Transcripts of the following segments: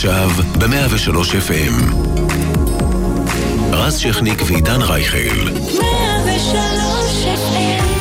עכשיו ב-103 FM. רז שכניק ועידן רייכל. 103 FM.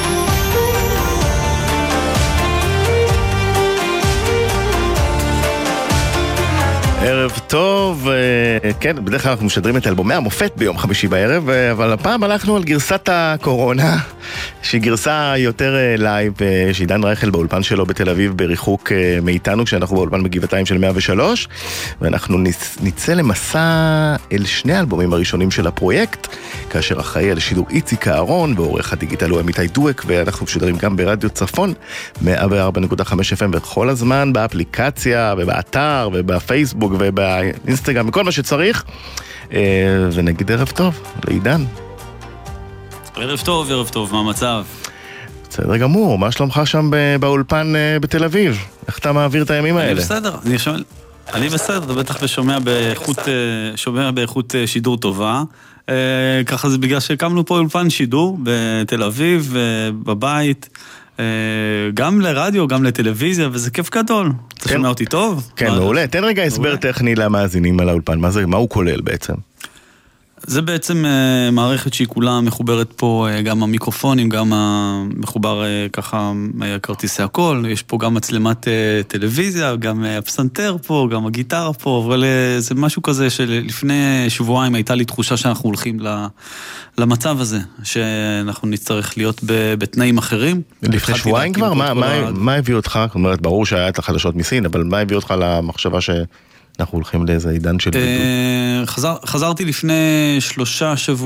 ערב טוב, כן, בדרך כלל אנחנו משדרים את אלבומי המופת ביום חמישי בערב, אבל הפעם הלכנו על גרסת הקורונה, שהיא גרסה יותר לייב, שעידן רייכל באולפן שלו בתל אביב בריחוק מאיתנו, כשאנחנו באולפן בגבעתיים של 103, ואנחנו נצא למסע אל שני האלבומים הראשונים של הפרויקט, כאשר אחראי על שידור איציק אהרון, ועורך הדיגיטל הוא אמיתי דואק, ואנחנו משדרים גם ברדיו צפון, 104.5 FM, וכל הזמן באפליקציה, ובאתר, ובפייסבוק, ובאינסטגרם, וכל מה שצריך, ונגיד ערב טוב לעידן. ערב טוב, מה המצב? בסדר גמור, מה שלומך שם באולפן בתל אביב? איך אתה מעביר את הימים האלה? אני בסדר, אני בסדר, אתה בטח ושומע באיכות שידור טובה. ככה זה בגלל שהקמנו פה אולפן שידור בתל אביב, בבית, גם לרדיו, גם לטלוויזיה, וזה כיף גדול. אתה שומע אותי טוב? כן, מעולה. תן רגע הסבר טכני למאזינים על האולפן. מה הוא כולל בעצם? זה בעצם מערכת שהיא כולה מחוברת פה, גם המיקרופונים, גם מחובר ככה כרטיסי הכל, יש פה גם מצלמת טלוויזיה, גם הפסנתר פה, גם הגיטרה פה, אבל זה משהו כזה שלפני שבועיים הייתה לי תחושה שאנחנו הולכים למצב הזה, שאנחנו נצטרך להיות בתנאים אחרים. לפני שבועיים כבר? מה הביא אותך? זאת אומרת, ברור שהיה את החדשות מסין, אבל מה הביא אותך למחשבה אנחנו הולכים לאיזה עידן של בידוד? חזרתי לפני 3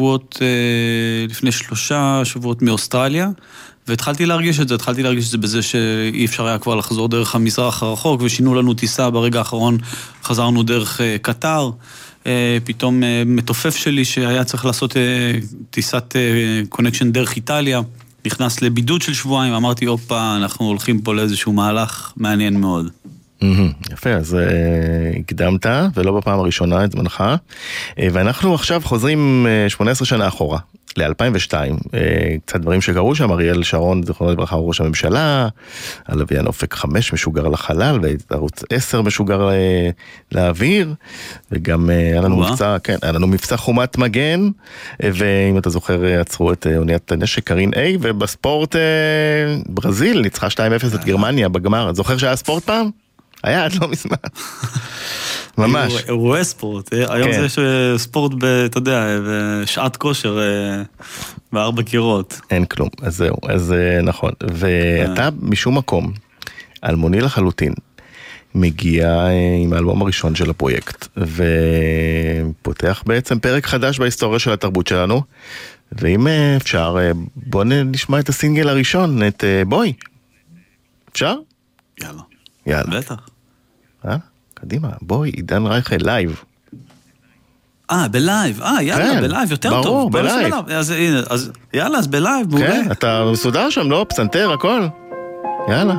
שבועות מאוסטרליה, והתחלתי להרגיש את זה, בזה שאי אפשר היה כבר לחזור דרך המזרח הרחוק, ושינו לנו טיסה ברגע האחרון, חזרנו דרך קטר, פתאום מתופף שלי שהיה צריך לעשות טיסת קונקשן דרך איטליה, נכנס לבידוד של שבועיים, אמרתי, אופה, אנחנו הולכים פה לאיזשהו מהלך מעניין מאוד. יפה, אז הקדמת, ולא בפעם הראשונה את זמנך, ואנחנו עכשיו חוזרים 18 שנה אחורה, ל-2002, קצת דברים שקרו שם, אריאל שרון, זכרונו לברכה, הוא ראש הממשלה, הלוויין אופק 5 משוגר לחלל, וערוץ 10 משוגר לאוויר, וגם היה לנו מבצע חומת מגן, ואם אתה זוכר, עצרו את אוניית הנשק קרין A, ובספורט ברזיל ניצחה 2-0 את גרמניה בגמר. זוכר שהיה ספורט פעם? היה עד לא מזמן. ממש. אירועי ספורט. היום זה ספורט, אתה יודע, בשעת כושר, ב4 קירות. אין כלום. אז זהו. אז נכון. ואתה משום מקום, אלמוני לחלוטין, מגיע עם האלבום הראשון של הפרויקט, ופותח בעצם פרק חדש בהיסטוריה של התרבות שלנו, ואם אפשר, בוא נשמע את הסינגל הראשון, את בואי. אפשר? יאללה. בטח. קדימה, בואי, עידן רייכל, לייב. בלייב, יאללה, בלייב, יותר טוב. ברור, בלייב. אז יאללה, אז בלייב, מעולה. כן, אתה מסודר שם, לא? פסנתר, הכל. יאללה.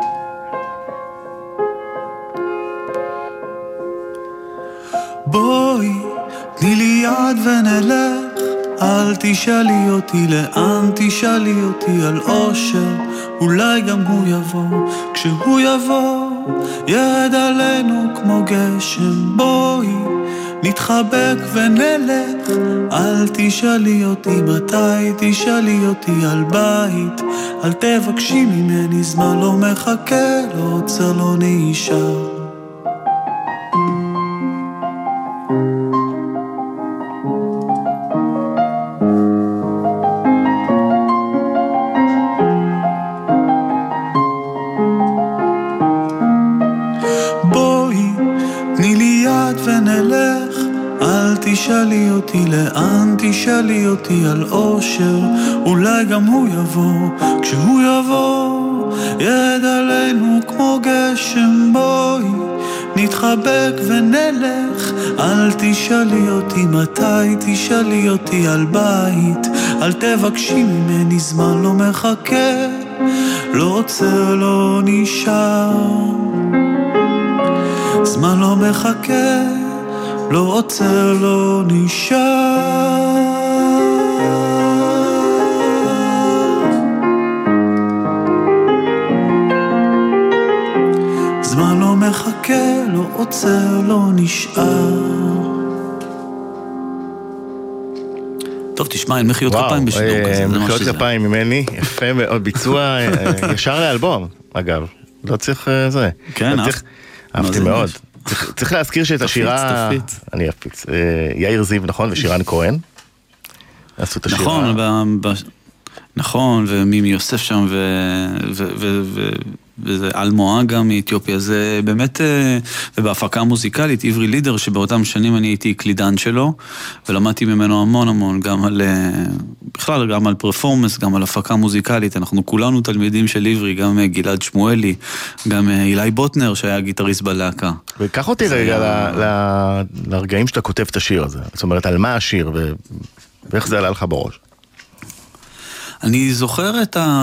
בואי, תני לי יד ונלך, אל תשאלי אותי לאן, תשאלי אותי על אושר, אולי גם הוא יבוא, כשהוא יבוא, ירד עלינו כמו גשם. בואי, נתחבק ונלך, אל תשאלי אותי מתי, תשאלי אותי על בית, אל תבקשי ממני זמן, לא מחכה, לא עוצר, לא נשאר. תשאלי אותי לאן, תשאלי אותי על אושר, אולי גם הוא יבוא, כשהוא יבוא, ירד עלינו כמו גשם. בואי, נתחבק ונלך, אל תשאלי אותי מתי, תשאלי אותי על בית, אל תבקשי ממני זמן, לא מחכה, לא עוצר, לא נשאר, זמן לא מחכה, לא עוצר, לא נשאר. הזמן לא מחכה, לא עוצר, לא נשאר. טוב, תשמע, אין מחיאות כפיים בשידור כזה. מחיאות כפיים ממני, יפה מאוד, ביצוע ישר לאלבום, אגב. לא צריך זה. כן, אהבתי מאוד. צריך להזכיר שאת השירה... אני אפיץ. יאיר זיו, נכון, ושירן כהן. עשו את השירה. נכון, ומימי יוסף שם, וזה אלמואה גם מאתיופיה, זה באמת, ובהפקה המוזיקלית, עברי לידר, שבאותם שנים אני הייתי קלידן שלו, ולמדתי ממנו המון, גם על, בכלל, גם על פרפורמנס, גם על הפקה מוזיקלית, אנחנו כולנו תלמידים של עברי, גם גלעד שמואלי, גם אילי בוטנר, שהיה גיטריסט בלהקה. וקח אותי רגע לרגעים שאתה כותב את השיר הזה, זאת אומרת, על מה השיר, ואיך זה עלה לך בראש? אני זוכר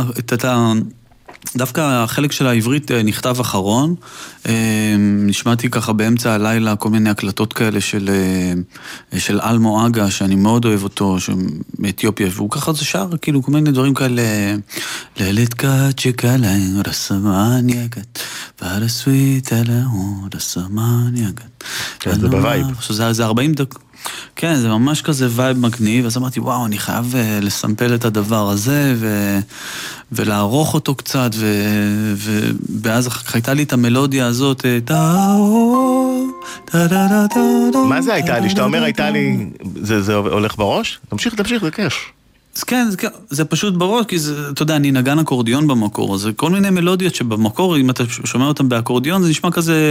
דווקא החלק של העברית נכתב אחרון, נשמעתי ככה באמצע הלילה כל מיני הקלטות כאלה של אלמו אגה, שאני מאוד אוהב אותו, מאתיופיה, והוא ככה זה שר, כאילו כל מיני דברים כאלה, ללתקת שקלה רסמן יגת, והרסווית אלהו רסמן יגת. זה בווייב. זה 40 דקות. כן, זה ממש כזה וייב מגניב, אז אמרתי, וואו, אני חייב לסמפל את הדבר הזה, ולערוך אותו קצת, ואז הייתה לי את המלודיה הזאת, מה זה הייתה לי? שאתה אומר הייתה לי, זה הולך בראש? תמשיך, זה כיף. אז כן, זה פשוט בראש, כי זה, אתה יודע, אני נגן אקורדיון במקור, אז זה כל מיני מלודיות שבמקור, אם אתה שומע אותם באקורדיון, זה נשמע כזה...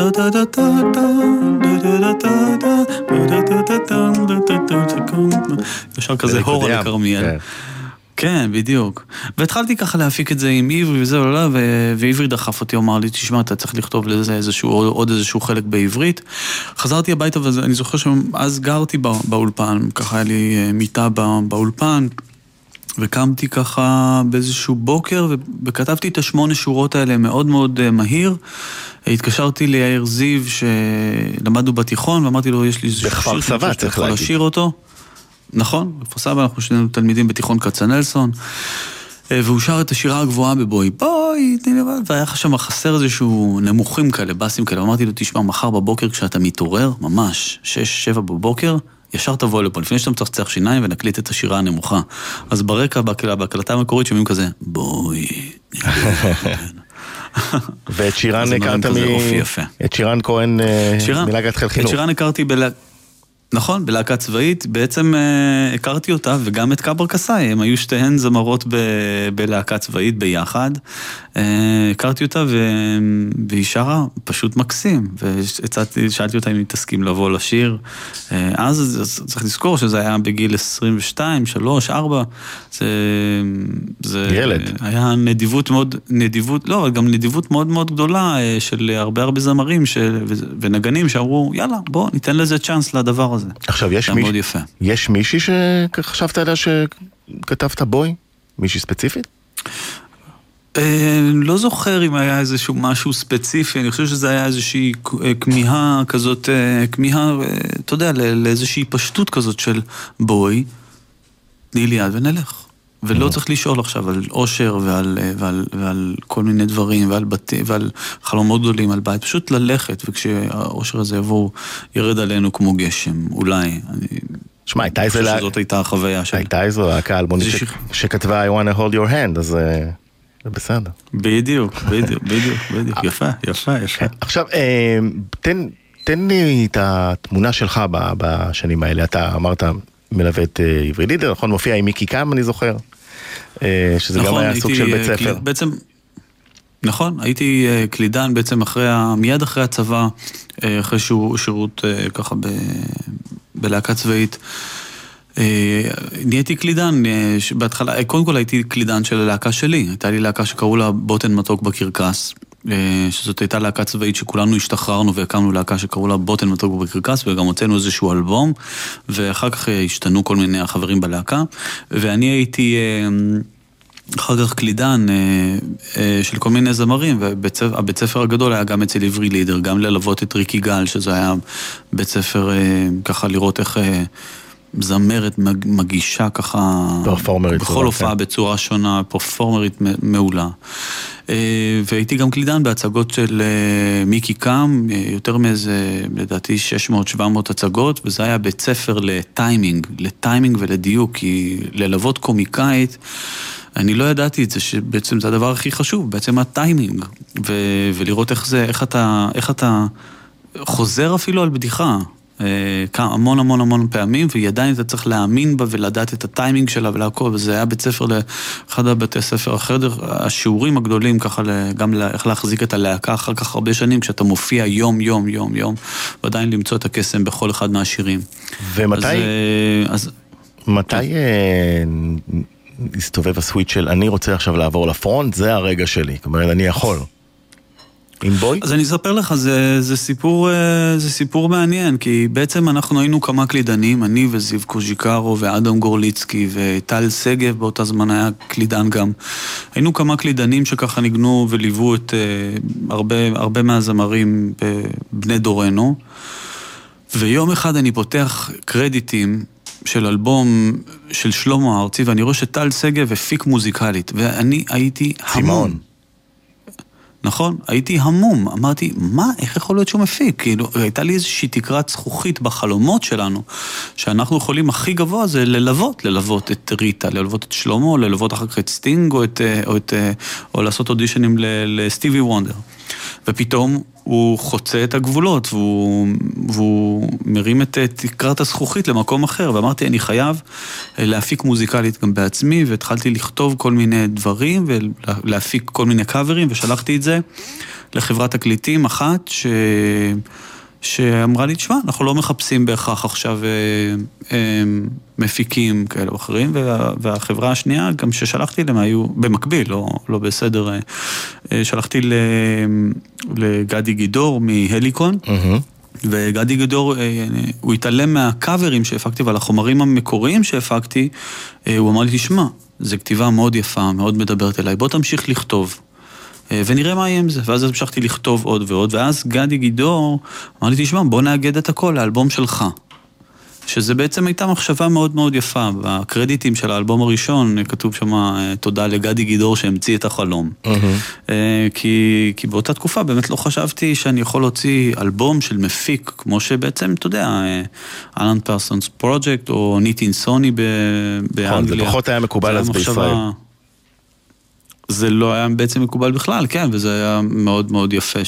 ישר כזה הור על הקרמיאל. כן, בדיוק. והתחלתי ככה להפיק את זה עם עברי וזה, ועברי דחף אותי, אמר לי, תשמע, אתה צריך לכתוב לזה עוד איזשהו חלק בעברית. חזרתי הביתה, ואני זוכר שאז גרתי באולפן, ככה היה לי מיטה באולפן, וקמתי ככה באיזשהו בוקר, וכתבתי את 8 שורות האלה מאוד מאוד מהיר. התקשרתי ליאיר זיו, שלמדנו בתיכון, ואמרתי לו, יש לי איזשהו בכפר סבא, צריך להגיד. לשיר אותו. נכון, בכפר סבא, אנחנו שנינו תלמידים בתיכון כצנלסון, והוא שר את השירה הגבוהה בבוי, והיה שם חסר איזשהו נמוכים כאלה, בסים כאלה, אמרתי לו, תשמע, מחר בבוקר כשאתה מתעורר, ממש, 6-7 בבוקר, ישר תבוא לפה, לפני שאתה מצחצח שיניים ונקליט את השירה הנמוכה. אז ברקע, בהקלטה המקורית, שומעים כזה, בוי. ואת שירן הכרת את שירן כהן מלהקת חיל חינוך. את שירן הכרתי נכון, בלהקה צבאית, בעצם הכרתי אותה, וגם את קבר קסאי, הם היו שתיהן זמרות בלהקה צבאית ביחד, הכרתי אותה והיא שרה פשוט מקסים, ושאלתי אותה אם היא תסכים לבוא לשיר, אז צריך לזכור שזה היה בגיל 22, 3, 4, זה ילד. היה נדיבות מאוד מאוד גדולה, של הרבה זמרים ונגנים שאמרו, יאללה, בוא ניתן לזה צ'אנס לדבר הזה. עכשיו, יש מישהי שחשבת עליה שכתבת בוי? מישהי ספציפית? לא זוכר אם היה איזשהו משהו ספציפי, אני חושב שזה היה איזושהי כמיהה כזאת, אתה יודע, לאיזושהי פשטות כזאת של בוי, תני לי יד ונלך. ולא צריך לשאול עכשיו על אושר ועל כל מיני דברים ועל חלומות גדולים, על בית, פשוט ללכת, וכשהאושר הזה יבוא, ירד עלינו כמו גשם, אולי. שמע, זאת הייתה החוויה שלי. הייתה איזו להקה אלבומית שכתבה I want to hold your hand, אז זה בסדר. בדיוק, יפה. עכשיו, תן לי את התמונה שלך בשנים האלה, אתה אמרת מלווה את עברי לידר, נכון, מופיע עם מיקי קאם, אני זוכר, שזה גם היה סוג של בית ספר. בעצם, נכון, הייתי קלידן בעצם מיד אחרי הצבא, אחרי שירות ככה בלהקה צבאית, נהייתי קלידן, בהתחלה, קודם כל הייתי קלידן של הלהקה שלי, הייתה לי להקה שקראו לה בוטן מתוק בקרקס, שזאת הייתה להקה צבאית שכולנו השתחררנו והקמנו להקה שקראו לה בוטן מתוק בקרקס, וגם הוצאנו איזשהו אלבום, ואחר כך השתנו כל מיני החברים בלהקה, ואני הייתי אחר כך קלידן של כל מיני זמרים, והבית ספר הגדול היה גם אצל עברי לידר, גם ללוות את ריקי גל, שזה היה בית ספר ככה לראות איך זמרת מגישה ככה, בכל הופעה בצורה שונה, פרפורמרית מעולה. והייתי גם קלידן בהצגות של מיקי קאם, יותר מאיזה, לדעתי 600-700 הצגות, וזה היה בית ספר לטיימינג ולדיוק, כי ללוות קומיקאית, אני לא ידעתי את זה, שבעצם זה הדבר הכי חשוב, בעצם הטיימינג, ולראות איך אתה חוזר אפילו על בדיחה, המון פעמים, ועדיין אתה צריך להאמין בה ולדעת את הטיימינג שלה ולעקוב, וזה היה בית ספר לאחד הבתי ספר החדר, השיעורים הגדולים ככה, גם איך להחזיק את הלהקה אחר כך הרבה שנים, כשאתה מופיע יום, ועדיין למצוא את הקסם בכל אחד מהשירים. מתי הסתובב הסוויץ' של אני רוצה עכשיו לעבור לפרונט, זה הרגע שלי, זאת אומרת, אני יכול. עם בוי? אז אני אספר לך, זה סיפור מעניין, כי בעצם אנחנו היינו כמה קלידנים, אני וזיו קוז'יקרו ואדם גורליצקי וטל סגב, באותה זמן היה קלידן גם. היינו כמה קלידנים שככה ניגנו וליוו את הרבה מהזמרים בבני דורנו, ויום אחד אני פותח קרדיטים של אלבום של שלמה ארצי, ואני רואה שטל סגב הפיק מוזיקלית, ואני הייתי המון. נכון? הייתי המום. אמרתי, איך יכול להיות שהוא מפיק? כאילו, הייתה לי איזושהי תקרת זכוכית בחלומות שלנו, שאנחנו יכולים הכי גבוה זה ללוות את ריטה, ללוות את שלמה, ללוות אחר כך את סטינג, או לעשות אודישנים לסטיבי וונדר. ופתאום הוא חוצה את הגבולות, והוא מרים את תקרת הזכוכית למקום אחר, ואמרתי, אני חייב להפיק מוזיקלית גם בעצמי, והתחלתי לכתוב כל מיני דברים, ולהפיק כל מיני קאברים, ושלחתי את זה לחברת תקליטים אחת, שאמרה לי, תשמע, אנחנו לא מחפשים בהכרח עכשיו מפיקים כאלה או אחרים, והחברה השנייה, גם ששלחתי להם, היו במקביל, לא בסדר, שלחתי לגדי גידור מהליקון, וגדי גידור, הוא התעלם מהקאברים שהפקתי, ועל החומרים המקוריים שהפקתי, הוא אמר לי, תשמע, זו כתיבה מאוד יפה, מאוד מדברת אליי, בוא תמשיך לכתוב. ונראה מה יהיה עם זה, ואז המשכתי לכתוב עוד ועוד, ואז גדי גידור אמר לי, תשמע, בוא נאגד את הכל לאלבום שלך, שזה בעצם הייתה מחשבה מאוד מאוד יפה, בקרדיטים של האלבום הראשון כתוב שם תודה לגדי גידור שהמציא את החלום, כי באותה תקופה באמת לא חשבתי שאני יכול להוציא אלבום של מפיק, כמו שבעצם, אתה יודע, אלן פרסונס פרוג'קט, או ניטין סוני באנגליה. זה פחות היה מקובל אז בישראל. זה לא היה בעצם מקובל בכלל, כן, וזה היה מאוד מאוד יפה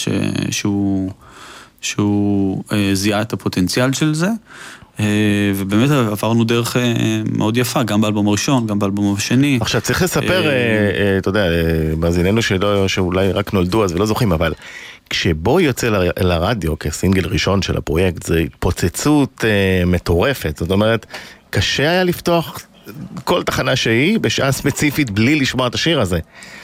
שהוא זיהה את הפוטנציאל של זה, ובאמת עברנו דרך מאוד יפה, גם באלבום הראשון, גם באלבום השני. עכשיו צריך לספר, אתה יודע, מאזיננו שאולי רק נולדו אז ולא זוכרים, אבל כשבו יוצא לרדיו כסינגל ראשון של הפרויקט, זה פוצצות מטורפת, זאת אומרת, קשה היה לפתוח כל תחנה שהיא, בשעה ספציפית, בלי לשמוע את השיר הזה.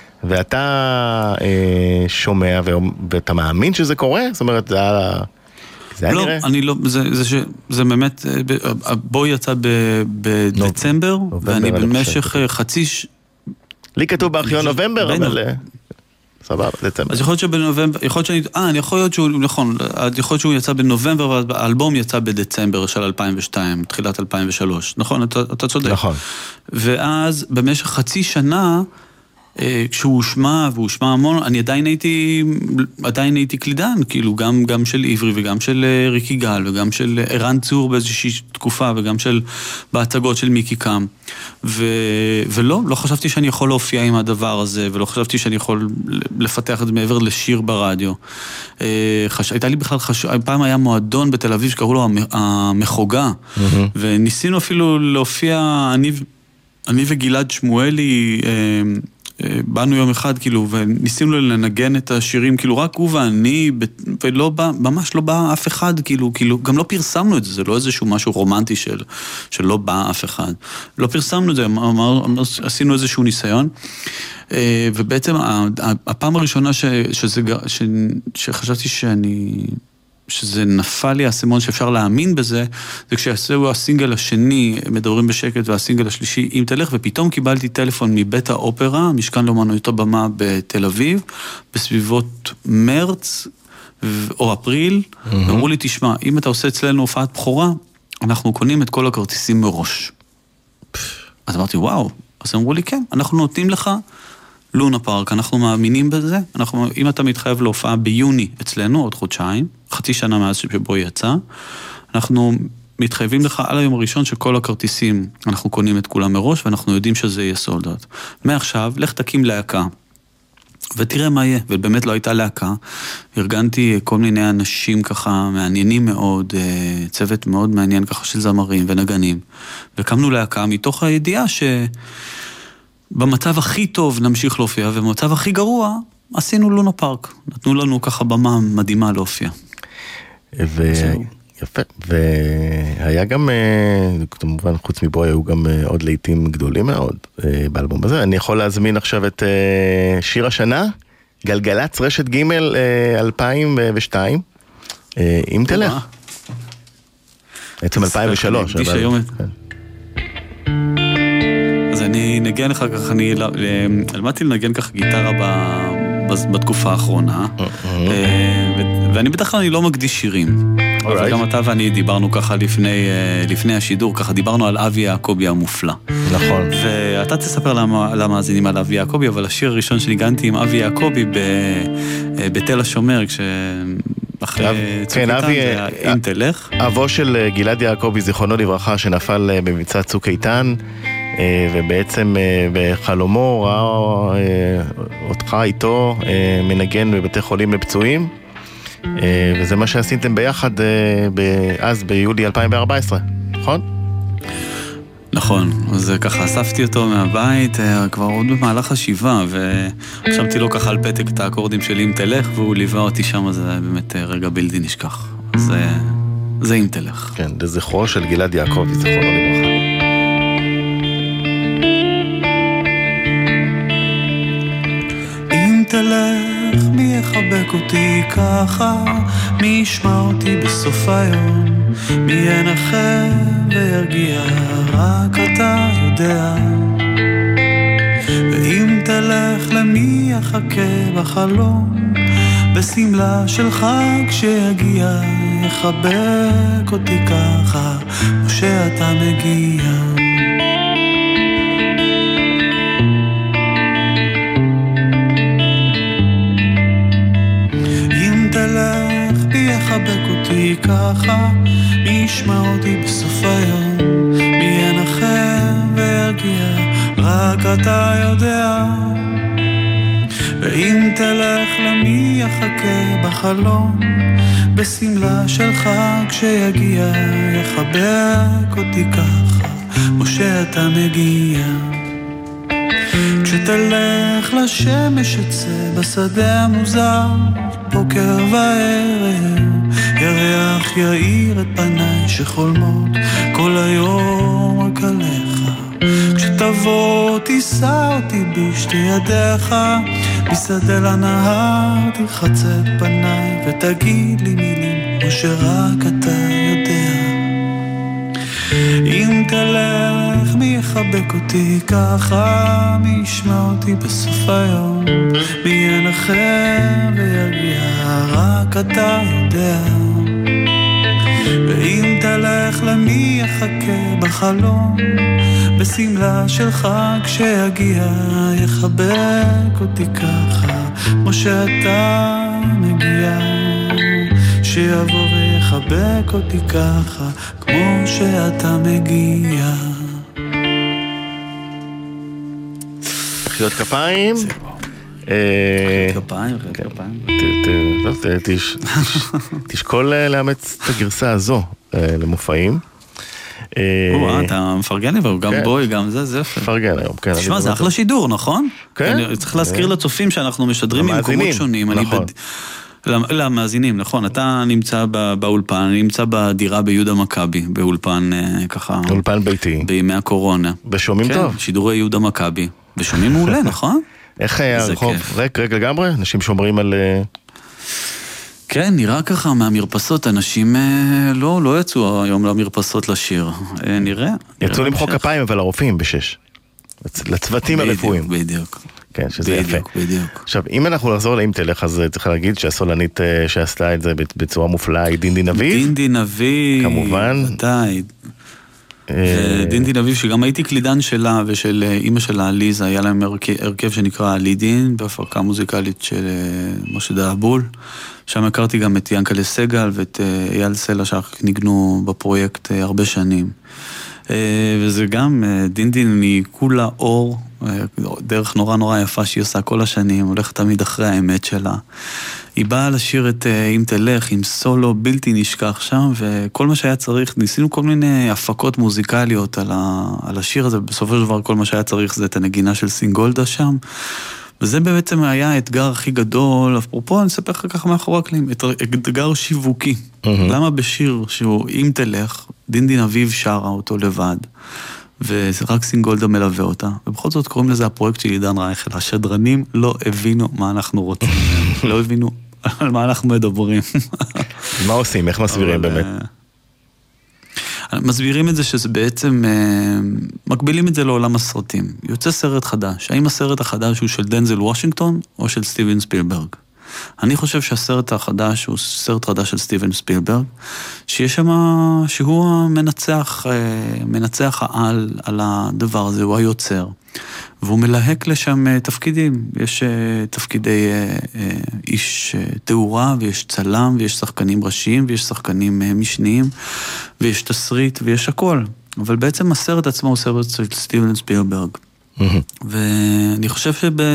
ואתה שומע, ואתה מאמין שזה קורה? זאת אומרת, זה היה לא, נראה? אני לא, זה באמת, בו יצא בדצמבר, ואני במשך חצי... לי כתוב בארכיון נובמבר, אבל... סבבה, דצמבר. אז יכול להיות שבנובמבר, יכול להיות שהוא יצא בנובמבר, והאלבום יצא בדצמבר של 2002, תחילת 2003. נכון, אתה צודק. נכון. ואז במשך חצי שנה, כשהוא הושמע, והוא הושמע המון, אני עדיין הייתי קלידן, כאילו גם של עברי וגם של ריקי גל וגם של ערן צור באיזושהי תקופה וגם של בהצגות של מיקי קאם. ולא חשבתי שאני יכול להופיע עם הדבר הזה, ולא חשבתי שאני יכול לפתח את זה מעבר לשיר ברדיו. הייתה לי בכלל פעם היה מועדון בתל אביב שקראו לו המחוגה, וניסינו אפילו להופיע, אני וגלעד שמואלי, באנו יום אחד, כאילו, וניסינו לנגן את השירים, כאילו, רק הוא ואני, ולא בא, ממש לא בא אף אחד, כאילו, גם לא פרסמנו את זה, זה לא איזשהו משהו רומנטי שלא בא אף אחד. לא פרסמנו את זה, עשינו איזשהו ניסיון, ובעצם, הפעם הראשונה שחשבתי שזה נפל לי הסימון שאפשר להאמין בזה, זה כשעשו הסינגל השני, מדברים בשקט, והסינגל השלישי, אם תלך, ופתאום קיבלתי טלפון מבית האופרה, משכן לאומנויות הבמה בתל אביב, בסביבות מרץ או אפריל, ואמרו לי, תשמע, אם אתה עושה אצלנו הופעת בכורה, אנחנו קונים את כל הכרטיסים מראש. אז אמרתי, וואו. אז אמרו לי, כן, אנחנו נותנים לך לונה פארק, אנחנו מאמינים בזה. אם אתה מתחייב להופעה ביוני אצלנו, עוד חודשיים, חצי שנה מאז שבו יצא, אנחנו מתחייבים לך על היום הראשון שכל הכרטיסים, אנחנו קונים את כולם מראש, ואנחנו יודעים שזה יהיה סולדות. מעכשיו, לך תקים להקה. ותראה מה יהיה, ובאמת לא הייתה להקה, ארגנתי כל מיני אנשים ככה מעניינים מאוד, צוות מאוד מעניין ככה של זמרים ונגנים, וקמנו להקה מתוך הידיעה שבמצב הכי טוב נמשיך להופיע, ובמצב הכי גרוע עשינו לונה פארק, נתנו לנו ככה במה מדהימה להופיע. יפה, והיה גם, כמובן חוץ מבו היו גם עוד לעיתים גדולים מאוד באלבום הזה. אני יכול להזמין עכשיו את שיר השנה, גלגלץ רשת ג' 2002, אם תלך. בעצם 2003. אז אני נגן לך ככה, אני למדתי לנגן ככה גיטרה בתקופה האחרונה, ואני בדרך כלל אני לא מקדיש שירים. אבל גם אתה ואני דיברנו ככה לפני השידור, ככה דיברנו על אבי יעקובי המופלא. נכון. ואתה תספר למאזינים על אבי יעקובי, אבל השיר הראשון שניגנתי עם אבי יעקובי בתל השומר, אחרי צוק איתן, זה היה אם תלך. אבו של גלעד יעקובי, זיכרונו לברכה, שנפל במבצע צוק איתן, ובעצם בחלומו ראה אותך איתו מנגן בבתי חולים לפצועים, וזה מה שעשיתם ביחד אז ביולי 2014, נכון? נכון, אז ככה אספתי אותו מהבית כבר עוד במהלך השבעה, וחשבתי לו ככה על פתק את האקורדים שלי אם תלך, והוא ליווה אותי שם, זה באמת רגע בלתי נשכח. אז זה אם תלך. כן, לזכרו של גלעד יעקובי, זכרונו לברכה. אם תלך, מי יחבק אותי ככה? מי ישמע אותי בסוף היום? מי ינחם וירגיע? רק אתה יודע. ואם תלך, למי יחכה בחלום? בסמלה של חג שיגיע, יחבק אותי ככה, או שאתה מגיע. יחבק אותי ככה, מי ישמע אותי בסוף היום? מי ינחם וירגיע? רק אתה יודע. ואם תלך, למי יחכה בחלום? בסמלה של חג שיגיע, יחבק אותי ככה, או שאתה מגיע. כשתלך לשמש אצא בשדה המוזר, בוקר וערב, ירח יאיר את פניי שחולמות כל היום רק עליך. כשתבוא תישא אותי בשתי ידיך, משדה לנהר תרחץ את פניי, ותגיד לי מילים כמו שרק אתה יודע. אם תלך, מי יחבק אותי ככה? מי ישמע אותי בסוף היום? מי ינחם וירגיע? רק אתה יודע. ואם תלך, למי יחכה בחלום? בסמלה של חג שיגיע, יחבק אותי ככה, כמו שאתה מגיע. שיבוא ויחבק אותי ככה, כמו שאתה מגיע. מחיאות כפיים. כפיים. תשקול לאמץ את הגרסה הזו למופעים. אתה מפרגן לי, והוא גם בוי, גם זה יפה. מפרגן היום, כן. תשמע, זה אחלה שידור, נכון? כן. צריך להזכיר לצופים שאנחנו משדרים ממקומות שונים. נכון. למאזינים, נכון, אתה נמצא באולפן, אני נמצא בדירה ביהודה מכבי, באולפן ככה... אולפן ביתי. בימי הקורונה. ושומעים טוב. שידורי יהודה מכבי. ושומעים מעולה, נכון? איך היה הרחוב? ריק לגמרי? אנשים שומרים על... כן, נראה ככה מהמרפסות, אנשים לא יצאו היום למרפסות לשיר. נראה. יצאו למחוא כפיים, אבל הרופאים ב6. לצוותים הרפואיים. בדיוק. כן, שזה יפה. בדיוק. עכשיו, אם אנחנו נחזור לאם תלך, אז צריך להגיד שהסולנית שעשתה את זה בצורה מופלאה היא דינדי נביב. דינדי נביב. כמובן. ודאי. דינדי נביב, שגם הייתי קלידן שלה ושל אמא שלה, ליזה, היה להם הרכב שנקרא לידין, בהפקה מוזיקלית של משה דאבול. שם הכרתי גם את ינקלה סגל ואת אייל סלע, שניגנו בפרויקט הרבה שנים. וזה גם, דינדין היא כולה אור, דרך נורא נורא יפה שהיא עושה כל השנים, הולכת תמיד אחרי האמת שלה. היא באה לשיר את אם תלך עם סולו בלתי נשכח שם, וכל מה שהיה צריך, ניסינו כל מיני הפקות מוזיקליות על השיר הזה, בסופו של דבר כל מה שהיה צריך זה את הנגינה של סינגולדה שם, וזה בעצם היה האתגר הכי גדול, אפרופו אני אספר לך ככה מאחורי הקלעים, אתגר שיווקי. למה בשיר שהוא אם תלך, דינדי נביב שרה אותו לבד, ורק סינגולדה מלווה אותה, ובכל זאת קוראים לזה הפרויקט של עידן רייכל. השדרנים לא הבינו מה אנחנו רוצים, לא הבינו על מה אנחנו מדברים. מה עושים? איך מסבירים באמת? מסבירים את זה שזה בעצם, מקבילים את זה לעולם הסרטים. יוצא סרט חדש. האם הסרט החדש הוא של דנזל וושינגטון או של סטיבן ספילברג? אני חושב שהסרט החדש הוא סרט חדש של סטיבן ספילברג, שיש שם, שהוא המנצח, מנצח העל על הדבר הזה, הוא היוצר. והוא מלהק לשם תפקידים. יש תפקידי איש תאורה, ויש צלם, ויש שחקנים ראשיים, ויש שחקנים משניים, ויש תסריט, ויש הכל. אבל בעצם הסרט עצמו הוא סרט של סטיבן ספילברג. ואני חושב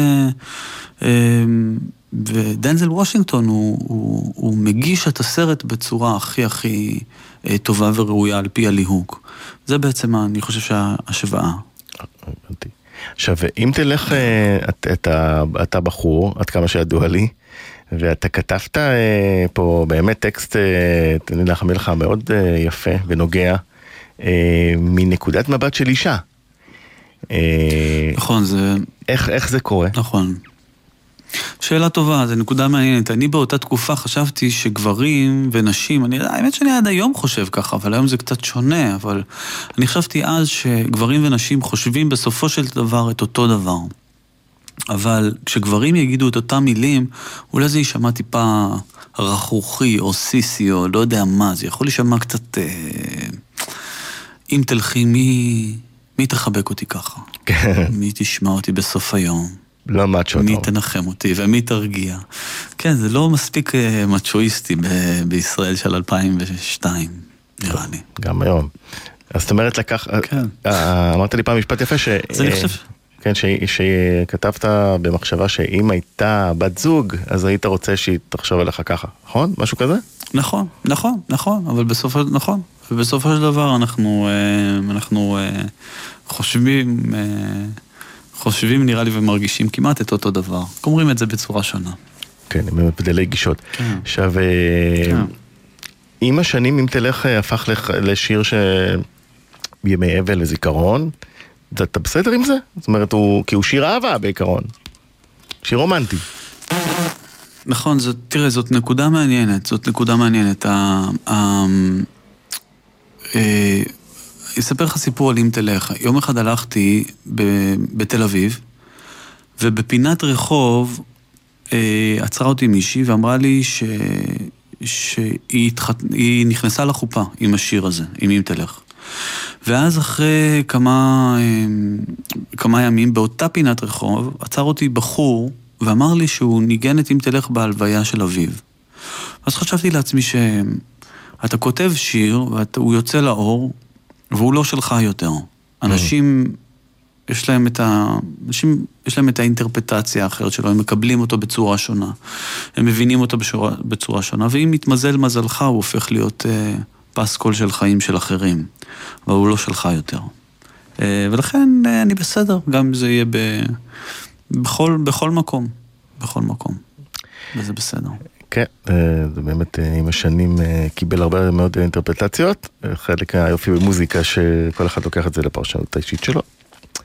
ודנזל וושינגטון הוא מגיש את הסרט בצורה הכי טובה וראויה על פי הליהוק. זה בעצם אני חושב שההשוואה. עכשיו, אם תלך, אתה בחור, עד כמה שידוע לי, ואתה כתבת פה באמת טקסט, תני להחמיא לך מאוד יפה ונוגע, מנקודת מבט של אישה. נכון, זה... איך זה קורה? נכון. שאלה טובה, זו נקודה מעניינת. אני באותה תקופה חשבתי שגברים ונשים, האמת שאני עד היום חושב ככה, אבל היום זה קצת שונה, אבל אני חשבתי אז שגברים ונשים חושבים בסופו של דבר את אותו דבר. אבל כשגברים יגידו את אותם מילים, אולי זה יישמע טיפה רכרוכי או סיסי או לא יודע מה, זה יכול להישמע קצת, אם תלכי, מי תחבק אותי ככה? מי תשמע אותי בסוף היום? לא מצ'ו. מי תנחם אותי ומי תרגיע. כן, זה לא מספיק מצ'ואיסטי בישראל של 2002, נראה לי. גם היום. אז זאת אומרת לקח... אמרת לי פעם משפט יפה כן, שכתבת במחשבה שאם הייתה בת זוג, אז היית רוצה שהיא תחשוב עליך ככה, נכון? משהו כזה? נכון, אבל בסופו של דבר אנחנו חושבים נראה לי ומרגישים כמעט את אותו דבר. אומרים את זה בצורה שונה. כן, עם הבדלי גישות. עכשיו, עם השנים, אם תלך, הפך לשיר ימי אבל לזיכרון, אתה בסדר עם זה? זאת אומרת, כי הוא שיר אהבה בעיקרון. שיר רומנטי. נכון, תראה, זאת נקודה מעניינת. אספר לך סיפור על אם תלך. יום אחד הלכתי בתל אביב, ובפינת רחוב עצרה אותי מישהי ואמרה לי שהיא נכנסה לחופה עם השיר הזה, עם אם תלך. ואז אחרי כמה ימים באותה פינת רחוב, עצר אותי בחור ואמר לי שהוא ניגן את אם תלך בהלוויה של אביו. אז חשבתי לעצמי שאתה כותב שיר והוא יוצא לאור, והוא לא שלך יותר. אנשים, יש להם את האינטרפטציה האחרת שלו, הם מקבלים אותו בצורה שונה, הם מבינים אותו בצורה שונה, ואם מתמזל מזלך, הוא הופך להיות פסקול של חיים של אחרים, אבל הוא לא שלך יותר. ולכן אני בסדר, גם אם זה יהיה בכל מקום, וזה בסדר. כן, זה באמת עם השנים קיבל הרבה מאוד אינטרפטציות, חלק היופי במוזיקה שכל אחד לוקח את זה לפרשנות האישית שלו.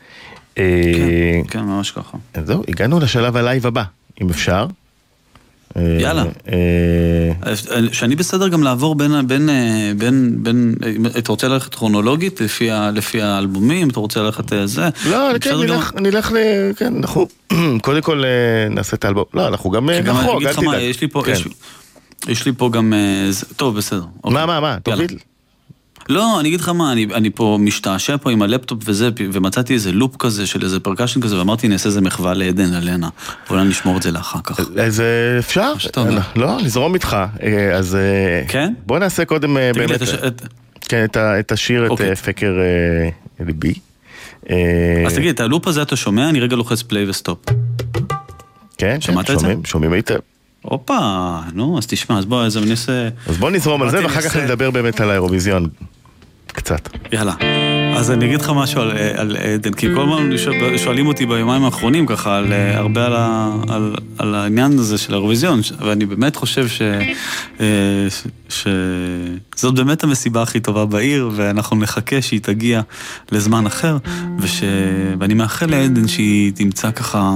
כן, ממש ככה. זהו, הגענו לשלב הלייב הבא, אם אפשר. יאללה. שאני בסדר גם לעבור בין, אתה רוצה ללכת כרונולוגית לפי האלבומים, אתה רוצה ללכת זה? לא, נלך, כן, אנחנו קודם כל נעשה את האלבום. לא, אנחנו גם נחרוג, אל תדאג. יש לי פה גם, טוב, בסדר. מה, תוביל. לא, אני אגיד לך מה, אני פה משתעשע פה עם הלפטופ וזה, ומצאתי איזה לופ כזה של איזה פרקשן כזה, ואמרתי נעשה איזה מחווה לעדן עלינה, ואולי נשמור את זה לאחר כך. אז אפשר? לא, נזרום איתך, אז בוא נעשה קודם באמת את השיר, את פקר ליבי. אז תגיד, את הלופ הזה אתה שומע? אני רגע לוחץ פליי וסטופ. כן, שומעים היטב. אופה, נו, אז תשמע, אז בוא נזרום על זה, ואחר כך נדבר באמת על האירוויזיון קצת. יאללה, אז אני אגיד לך משהו על עדן, כי כל הזמן שואלים אותי ביומיים האחרונים ככה, הרבה על העניין הזה של האירוויזיון, ואני באמת חושב שזאת באמת המסיבה הכי טובה בעיר, ואנחנו נחכה שהיא תגיע לזמן אחר, ואני מאחל לעדן שהיא תמצא ככה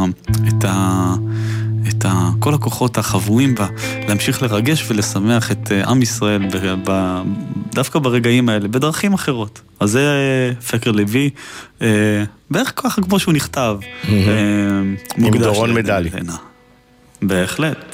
את כל הכוחות החבויים בה, להמשיך לרגש ולשמח את עם ישראל דווקא ברגעים האלה, בדרכים אחרות. אז זה פקר לוי, בערך ככה כמו שהוא נכתב. עם דורון מדלי. בהחלט.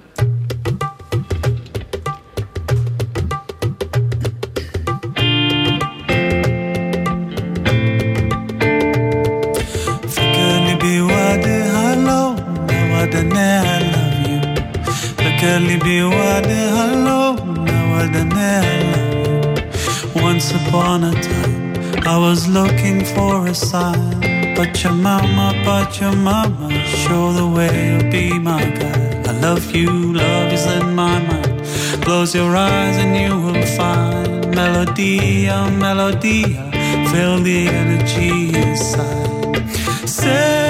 ליבי וואדה הלו נוודנה Once upon a time I was looking for a sign But your mama show the way you'll be my guide I love you, love is in my mind Close your eyes and you will find Melodia, melodia Feel the energy inside Say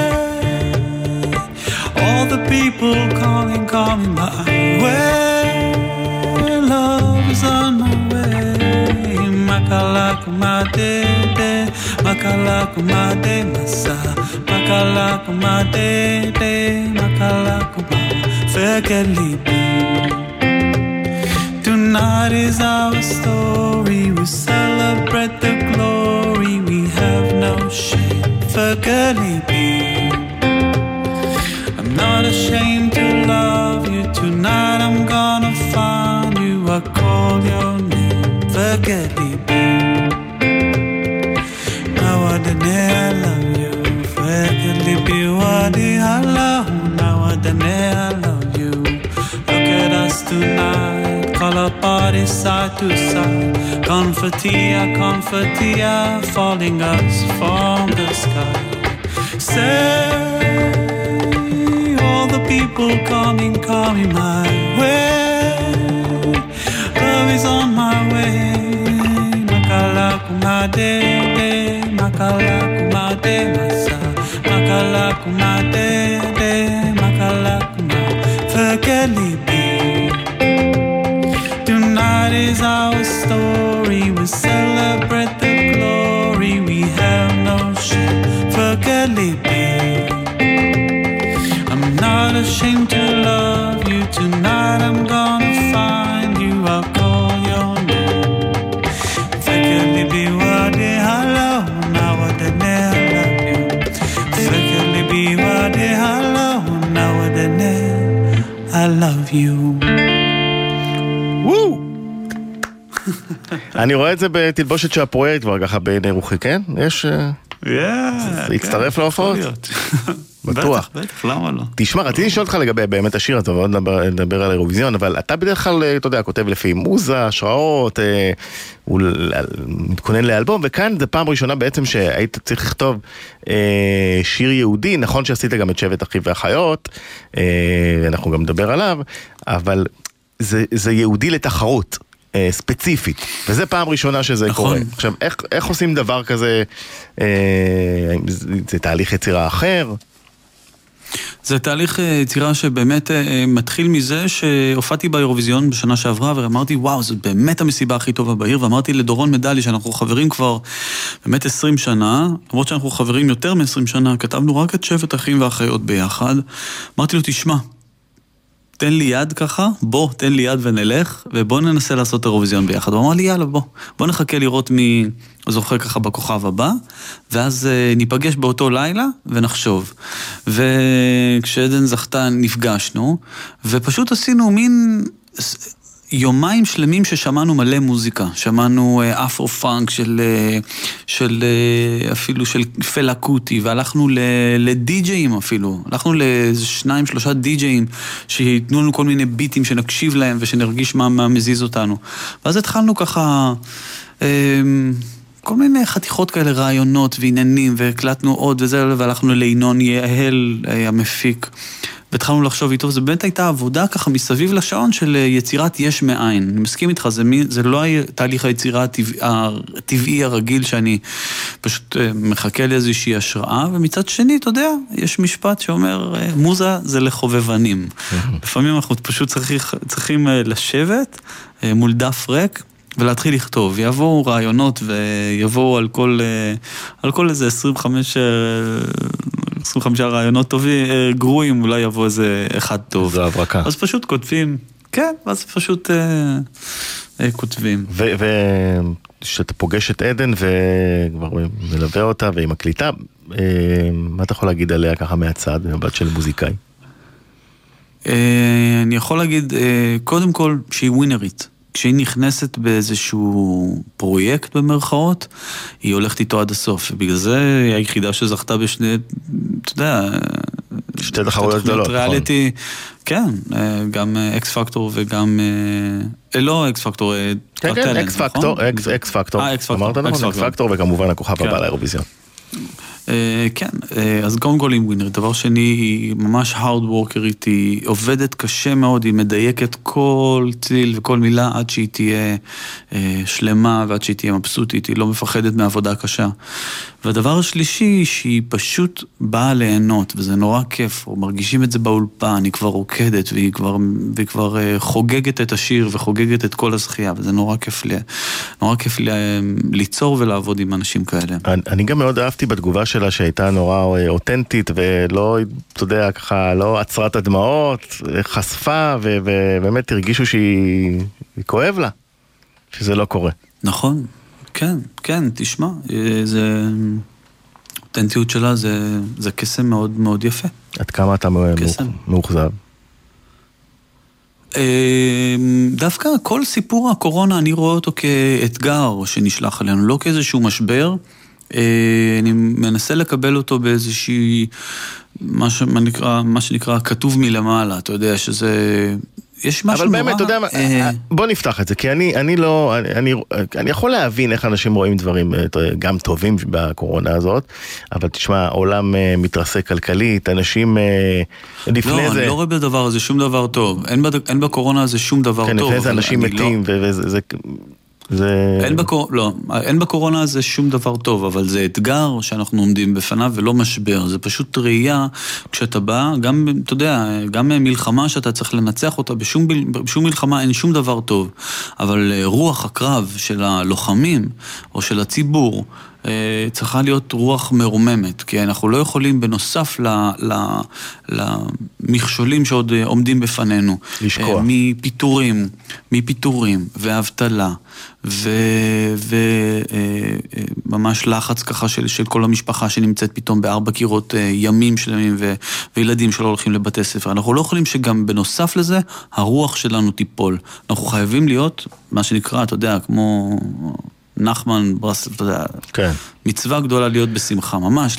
all the people calling my way Love is on my way Makalaka my day Makalaka my day Masa Makalaka my day Makalaka my Forget Libi Tonight is our story We celebrate the glory We have no shame Forget Libi Not ashamed to love you Tonight I'm gonna find you I call your name Forget Libi Now I love you Forget Libi Wadi hello Now I love you Look at us tonight Color party side to side Confetti Falling us from the sky Say the people coming my way Love is on my way Makalaku my day Makalaku my day Masa Makalaku my day Makalaku my Forget Libi Tonight is our story We celebrate the glory We have no shame Forget Libi Not ashamed to love you Tonight I'm gonna find you I'll call your name Forget Libi Wadi hello Now I love you Forget Libi Wadi hello Now I love you וואו! אני רואה את זה בתלבושת של הפרויקט כבר ככה בעיני רוחי, כן? יש... זה יצטרף להופעות? בטוח. בטח, למה לא? תשמע, רציתי לשאול אותך לגבי באמת השיר הזה, ועוד נדבר על האירוויזיון, אבל אתה בדרך כלל, אתה יודע, כותב לפי מוזה, השראות, הוא מתכונן לאלבום, וכאן זה פעם ראשונה בעצם שהיית צריך לכתוב שיר יהודי, נכון שעשית גם את שבט אחים ואחיות, אנחנו גם נדבר עליו, אבל זה יהודי לתחרות. ספציפית, וזה פעם ראשונה שזה קורה. עכשיו, איך עושים דבר כזה? זה תהליך יצירה אחר? זה תהליך יצירה שבאמת מתחיל מזה שהופעתי באירוויזיון בשנה שעברה, ואמרתי, וואו, זאת באמת המסיבה הכי טובה בעיר, ואמרתי לדורון מדלי שאנחנו חברים כבר באמת 20 שנה, למרות שאנחנו חברים יותר מ-20 שנה, כתבנו רק את שבט אחים ואחיות ביחד, אמרתי לו, תשמע, תן לי יד ככה, בוא, תן לי יד ונלך, ובוא ננסה לעשות אירוויזיון ביחד. הוא אמר לי, יאללה, בוא נחכה לראות מי זוכה ככה בכוכב הבא, ואז ניפגש באותו לילה ונחשוב. וכשעדן זכתה נפגשנו, ופשוט עשינו מין יומיים שלמים ששמענו מלא מוזיקה. שמענו אפרו-פאנק של אפילו של פלה קוטי, והלכנו לדי-ג'אים אפילו. הלכנו לשניים, שלושה די-ג'אים שיתנו לנו כל מיני ביטים שנקשיב להם ושנרגיש מה מזיז אותנו. ואז התחלנו ככה כל מיני חתיכות כאלה, רעיונות ועניינים, והקלטנו עוד וזה, והלכנו לינון יעל המפיק. והתחלנו לחשוב איתו, זה באמת הייתה עבודה ככה מסביב לשעון של יצירת יש מאין. אני מסכים איתך, זה לא תהליך היצירה הטבעי הרגיל שאני פשוט מחכה לאיזושהי השראה, ומצד שני, אתה יודע, יש משפט שאומר, מוזה זה לחובבנים. לפעמים אנחנו פשוט צריכים לשבת מול דף ריק, ולהתחיל לכתוב. יבואו רעיונות ויבואו על כל איזה 25 רעיונות טובים, גרועים, אולי יבוא איזה אחד טוב. זו הברקה. אז פשוט כותבים, כן, אז פשוט כותבים. ושאתה פוגש את עדן וכבר מלווה אותה והיא מקליטה, מה אתה יכול להגיד עליה ככה מהצד, במבט של מוזיקאי? אני יכול להגיד, קודם כל, שהיא ווינרית. כשהיא נכנסת באיזשהו פרויקט במרכאות, היא הולכת איתו עד הסוף. ובגלל זה היא היחידה שזכתה בשני, אתה יודע, שתי תחרויות גדולות, נכון. כן, גם אקס פקטור וגם, לא אקס פקטור, כן, אקס פקטור. אמרת נכון, אקס פקטור, וכמובן הכוכב הבא לאירוויזיון. כן, אז קודם כל עם ווינר. דבר שני, היא ממש hard worker, היא עובדת קשה מאוד, היא מדייקת כל ציל וכל מילה עד שהיא תהיה שלמה ועד שהיא תהיה מבסוטית, היא לא מפחדת מעבודה קשה. והדבר השלישי, שהיא פשוט באה ליהנות, וזה נורא כיף, או מרגישים את זה באולפן, היא כבר רוקדת, והיא כבר חוגגת את השיר וחוגגת את כל הזכייה, וזה נורא כיף ליצור ולעבוד עם אנשים כאלה. אני גם מאוד אהבתי בתגובה שלה שהייתה נורא אותנטית, ולא, אתה יודע, ככה, לא עצרה את הדמעות, חשפה, ובאמת הרגישו שהיא כואב לה, שזה לא קורה. נכון. כן, תשמע, אותנטיות שלה זה קסם מאוד מאוד יפה. עד כמה אתה מאוכזב? דווקא כל סיפור הקורונה אני רואה אותו כאתגר שנשלח עלינו, לא כאיזשהו משבר. אני מנסה לקבל אותו באיזושהי, מה שנקרא כתוב מלמעלה, אתה יודע שזה יש משהו אבל באמת, אתה יודע מה, בוא נפתח את זה, כי אני יכול להבין איך אנשים רואים דברים גם טובים בקורונה הזאת, אבל תשמע, העולם מתרסק כלכלית, אנשים לפני זה... לא, אני לא רואה בדבר הזה שום דבר טוב, אין בקורונה הזה שום דבר טוב. כן, לפני זה אנשים מתים, וזה... אין בקורונה הזה שום דבר טוב, אבל זה אתגר שאנחנו עומדים בפניו ולא משבר, זה פשוט ראייה כשאתה בא, גם, אתה יודע, גם מלחמה שאתה צריך לנצח אותה, בשום מלחמה אין שום דבר טוב, אבל רוח הקרב של הלוחמים או של הציבור צריכה להיות רוח מרוממת, כי אנחנו לא יכולים בנוסף למכשולים שעוד עומדים בפנינו, לשקוע. מפיטורים ואבטלה וממש לחץ ככה של כל המשפחה שנמצאת פתאום בארבע קירות ימים שלמים וילדים שלא הולכים לבתי ספר. אנחנו לא יכולים שגם בנוסף לזה הרוח שלנו תיפול. אנחנו חייבים להיות מה שנקרא, אתה יודע, כמו נחמן ברס, אתה יודע, כן. מצווה גדולה להיות בשמחה,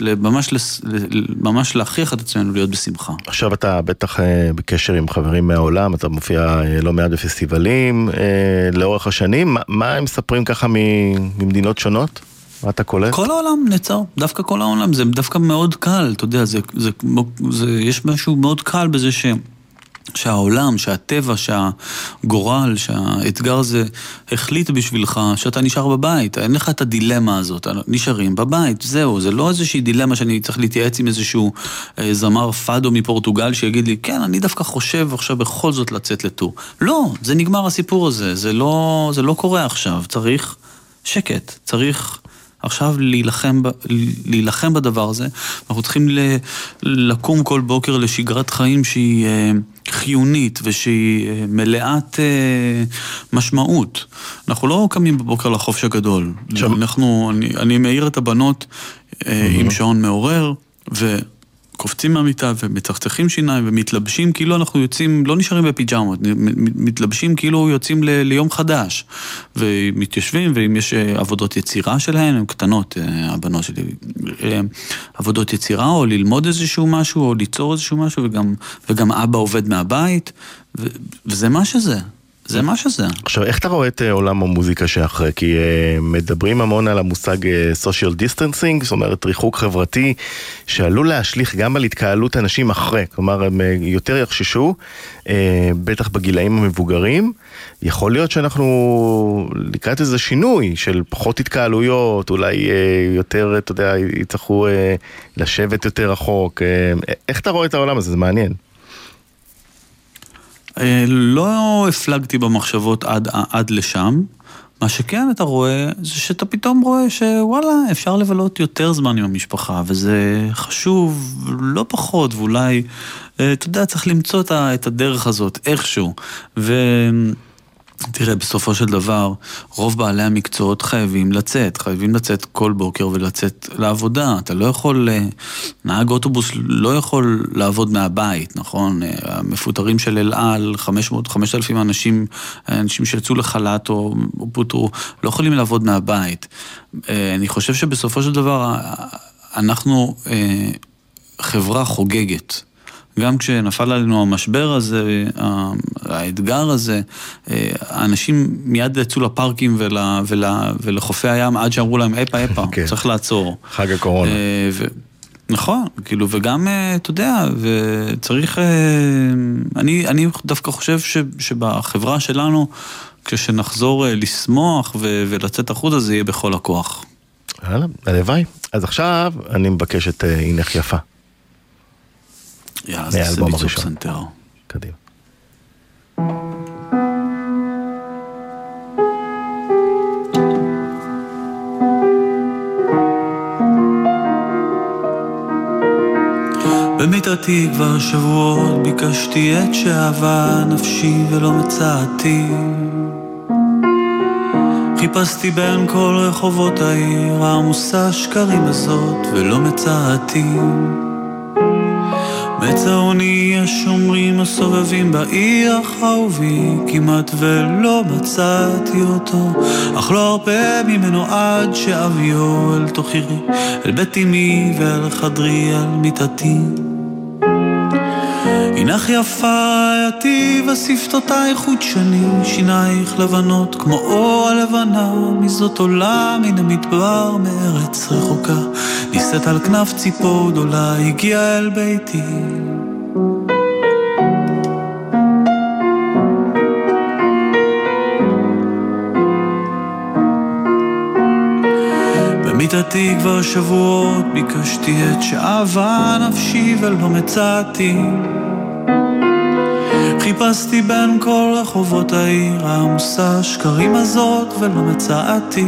ממש להכריח את עצמנו להיות בשמחה. עכשיו אתה בטח בקשר עם חברים מהעולם, אתה מופיע לא מעט בפסטיבלים לאורך השנים, מה הם מספרים ככה ממדינות שונות? מה אתה קולט? כל העולם נצר, דווקא כל העולם, זה דווקא מאוד קל, אתה יודע, יש משהו מאוד קל בזה שהעולם, שהטבע, שהגורל, שהאתגר הזה החליט בשבילך שאתה נשאר בבית, אין לך את הדילמה הזאת, נשארים בבית, זהו, זה לא איזושהי דילמה שאני צריך להתייעץ עם איזשהו זמר פאדו מפורטוגל שיגיד לי, כן, אני דווקא חושב עכשיו בכל זאת לצאת לטור. לא, זה נגמר הסיפור הזה, זה לא קורה עכשיו, צריך שקט, צריך עכשיו להילחם בדבר הזה, אנחנו צריכים לקום כל בוקר לשגרת חיים שהיא חיונית ושהיא מלאת משמעות. אנחנו לא קמים בבוקר לחופש הגדול. אני מעיר את הבנות עם שעון מעורר, וקופצים מהמיטה ומצחצחים שיניים ומתלבשים כאילו אנחנו יוצאים, לא נשארים בפיג'מות, מתלבשים כאילו יוצאים ליום חדש, ומתיישבים, ואם יש עבודות יצירה שלהן, הן קטנות, הבנות שלי, עבודות יצירה, או ללמוד איזשהו משהו, או ליצור איזשהו משהו, וגם אבא עובד מהבית, וזה מה שזה. זה מה שזה. עכשיו, איך אתה רואה את עולם המוזיקה שאחרי? כי מדברים המון על המושג social distancing, זאת אומרת ריחוק חברתי, שעלול להשליך גם על התקהלות אנשים אחרי. כלומר, הם יותר יחששו, בטח בגילאים המבוגרים. יכול להיות שאנחנו לקראת איזה שינוי של פחות התקהלויות, אולי יותר, אתה יודע, יצטרכו לשבת יותר רחוק. איך אתה רואה את העולם הזה? זה מעניין. לא הפלגתי במחשבות עד לשם. מה שכן אתה רואה, זה שאתה פתאום רואה שוואלה, אפשר לבלות יותר זמן עם המשפחה, וזה חשוב לא פחות, ואולי, אתה יודע, צריך למצוא את הדרך הזאת, איכשהו. תראה, בסופו של דבר, רוב בעלי המקצועות חייבים לצאת כל בוקר ולצאת לעבודה. אתה לא יכול, נהג אוטובוס לא יכול לעבוד מהבית, נכון? המפוטרים של אל-על, 5,000 אנשים שיצאו לחל"ת או פוטרו, לא יכולים לעבוד מהבית. אני חושב שבסופו של דבר, אנחנו חברה חוגגת. גם כשנפל עלינו המשבר הזה, האתגר הזה, האנשים מיד יצאו לפארקים ולחופי הים עד שאמרו להם, אפה, צריך לעצור. חג הקורונה. נכון, כאילו, וגם, אתה יודע, וצריך, אני דווקא חושב שבחברה שלנו, כשנחזור לשמוח ולצאת החוצה, זה יהיה בכל הכוח. הלוואי. אז עכשיו אני מבקש את הינך יפה. יאללה, זה ביצוע פסנתר. קדימה. במיטתי כבר שבועות ביקשתי את שאהבה נפשי ולא מצאתי. חיפשתי בין כל רחובות העיר העמוסה שקרים הזאת ולא מצאתי. מצאוני השומרים הסובבים בעיר החובי, כמעט ולא מצאתי אותו, אך לא הרבה ממנו עד שאביו אל תוך עירי, אל בית אמי ואל חדרי, אל מיטתי. הינך יפה יתיב השפתותייך חודשני, שינייך לבנות כמו אור הלבנה, מזאת עולה מן המדבר מארץ רחוקה, ניסית על כנף ציפור גדולה, הגיעה אל ביתי. במיטתי כבר שבועות ביקשתי את שאהבה נפשי ולא מצאתי. חיפשתי בין כל רחובות העיר העמוסה שקרים הזאת ולא מצאתי.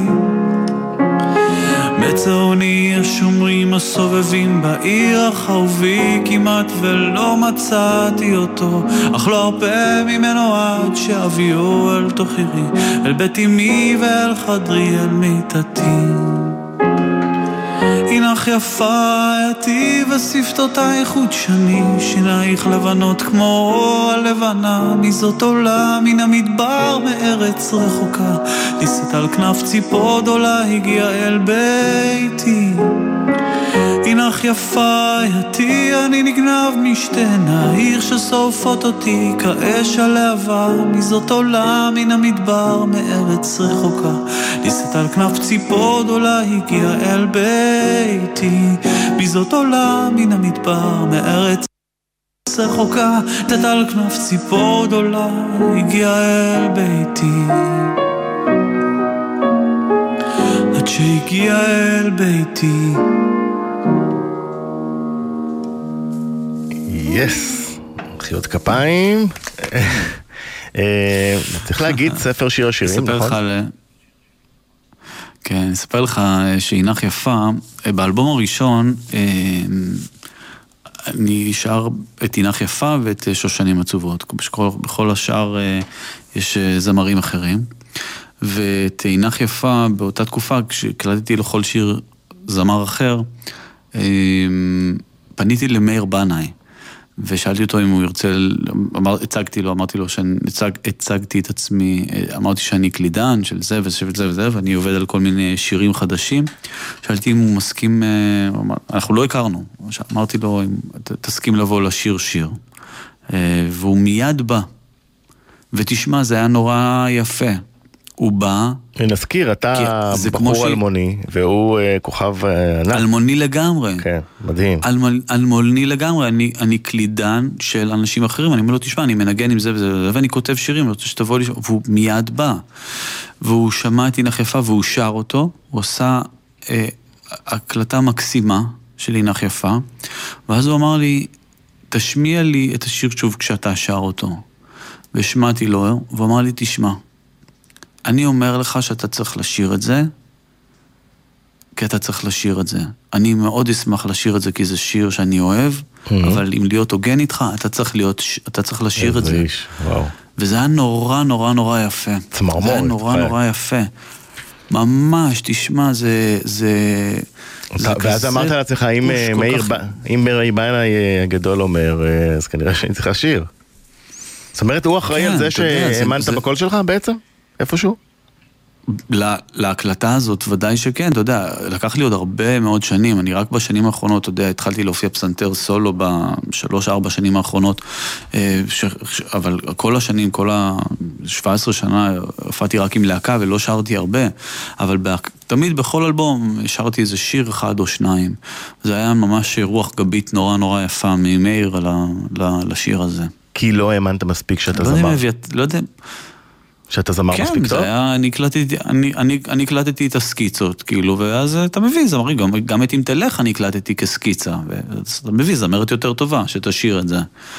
מצאוני השומרים הסובבים בעיר החרובי, כמעט ולא מצאתי אותו, אך לא הרבה ממנו עד שאביו אל תוך עירי, אל בית אמי ואל חדרי, אל מיטתי. הינך יפה יתיב השפתותייך חודשני, שינייך לבנות כמו הלבנה, מזאת עולה מן המדבר מארץ רחוקה, ניסית על כנף ציפור גדולה, הגיעה אל ביתי. הינך יפה יתי, אני נגנב משתי עינייך ששורפות אותי כאש הלהבה, מזאת עולה מן המדבר מארץ רחוקה, ניסית על כנף ציפור גדולה, הגיעה אל ביתי. מזאת עולה מן המדבר מארץ רחוקה, ניסית על כנף ציפור גדולה, הגיעה אל ביתי. עד שהגיעה אל ביתי. יס, מחיאות כפיים. צריך להגיד ספר שיר השירים, נכון? כן, אני אספר לך שהינך יפה, באלבום הראשון, אני שר את עינך יפה ואת שושנים עצובות. בכל השאר יש זמרים אחרים. ואת עינך יפה באותה תקופה, כשקלטתי לכל שיר זמר אחר, פניתי למאיר בנאי, ושאלתי אותו אם הוא ירצה, הצגתי לו, אמרתי לו שהצגתי את עצמי, אמרתי שאני קלידן של זה וזה וזה וזה, ואני עובד על כל מיני שירים חדשים. שאלתי אם הוא מסכים, אנחנו לא הכרנו, אמרתי לו, תסכים לבוא לשיר שיר. והוא מיד בא, ותשמע, זה היה נורא יפה. הוא בא... נזכיר, אתה בחור אלמוני, והוא כוכב ענק. אלמוני לגמרי. כן, מדהים. אלמוני לגמרי, אני קלידן של אנשים אחרים, אני אומר לו, תשמע, אני מנגן עם זה וזה, ואני כותב שירים, אני רוצה שתבוא לי, והוא מיד בא. והוא שמע את עינך יפה, והוא שר אותו, הוא עושה הקלטה מקסימה של עינך יפה, ואז הוא אמר לי, תשמיע לי את השיר שוב כשאתה שר אותו. ושמעתי לו, והוא אמר לי, תשמע, אני אומר לך שאתה צריך לשיר את זה, כי אתה צריך לשיר את זה. אני מאוד אשמח לשיר את זה, כי זה שיר שאני אוהב, אבל אם להיות הוגן איתך, אתה צריך לשיר את זה. וזה היה נורא נורא נורא יפה. צמרמורת. זה היה נורא נורא יפה. ממש, תשמע, זה ואז אמרת לעצמך, אם מאיר בנאי הגדול אומר, אז כנראה שאני צריך לשיר. זאת אומרת, הוא אחראי על זה שהאמנת בקול שלך בעצם? איפשהו? להקלטה הזאת ודאי שכן, אתה יודע, לקח לי עוד הרבה מאוד שנים, אני רק בשנים האחרונות, אתה יודע, התחלתי להופיע פסנתר סולו ב3-4 שנים האחרונות, אבל כל השנים, כל ה-17 שנה, הופעתי רק עם להקה ולא שרתי הרבה, אבל תמיד בכל אלבום שרתי איזה שיר אחד או שניים, זה היה ממש רוח גבית נורא נורא יפה ממאיר לשיר הזה. כי לא האמנת מספיק שאתה זמר. לא יודע... שאתה זמר מספיק טוב? כן, זה היה, אני הקלטתי את הסקיצות, כאילו, ואז אתה מביא זמרים, גם את אם תלך אני הקלטתי כסקיצה, ואתה מביא זמרת יותר טובה שתשאיר את זה.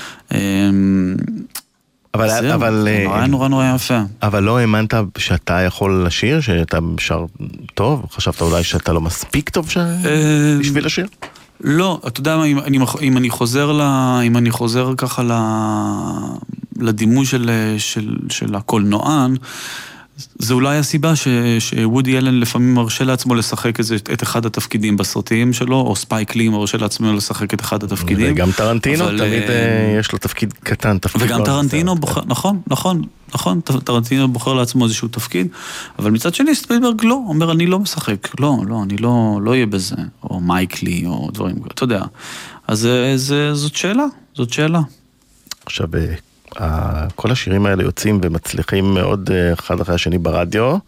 אבל היה נורא נורא יפה. אבל לא האמנת שאתה יכול לשיר, שאתה שר טוב? חשבת אולי שאתה לא מספיק טוב בשביל לשיר? לא, אתה יודע, אם אני חוזר ככה לדימוי של הקולנוען, זה אולי הסיבה שוודי אלן לפעמים מרשה לעצמו לשחק את אחד התפקידים בסרטים שלו, או ספייק לי מרשה לעצמו לשחק את אחד התפקידים. וגם טרנטינו, תמיד יש לו תפקיד קטן. וגם טרנטינו בוחר, נכון, טרנטינו בוחר לעצמו איזשהו תפקיד, אבל מצד שני ספילברג לא, אומר אני לא משחק, אני לא אהיה בזה, או מייקלי, או דברים, אתה יודע. אז זאת שאלה. עכשיו, כל השירים האלה יוצאים ומצליחים מאוד אחד אחרי השני ברדיו,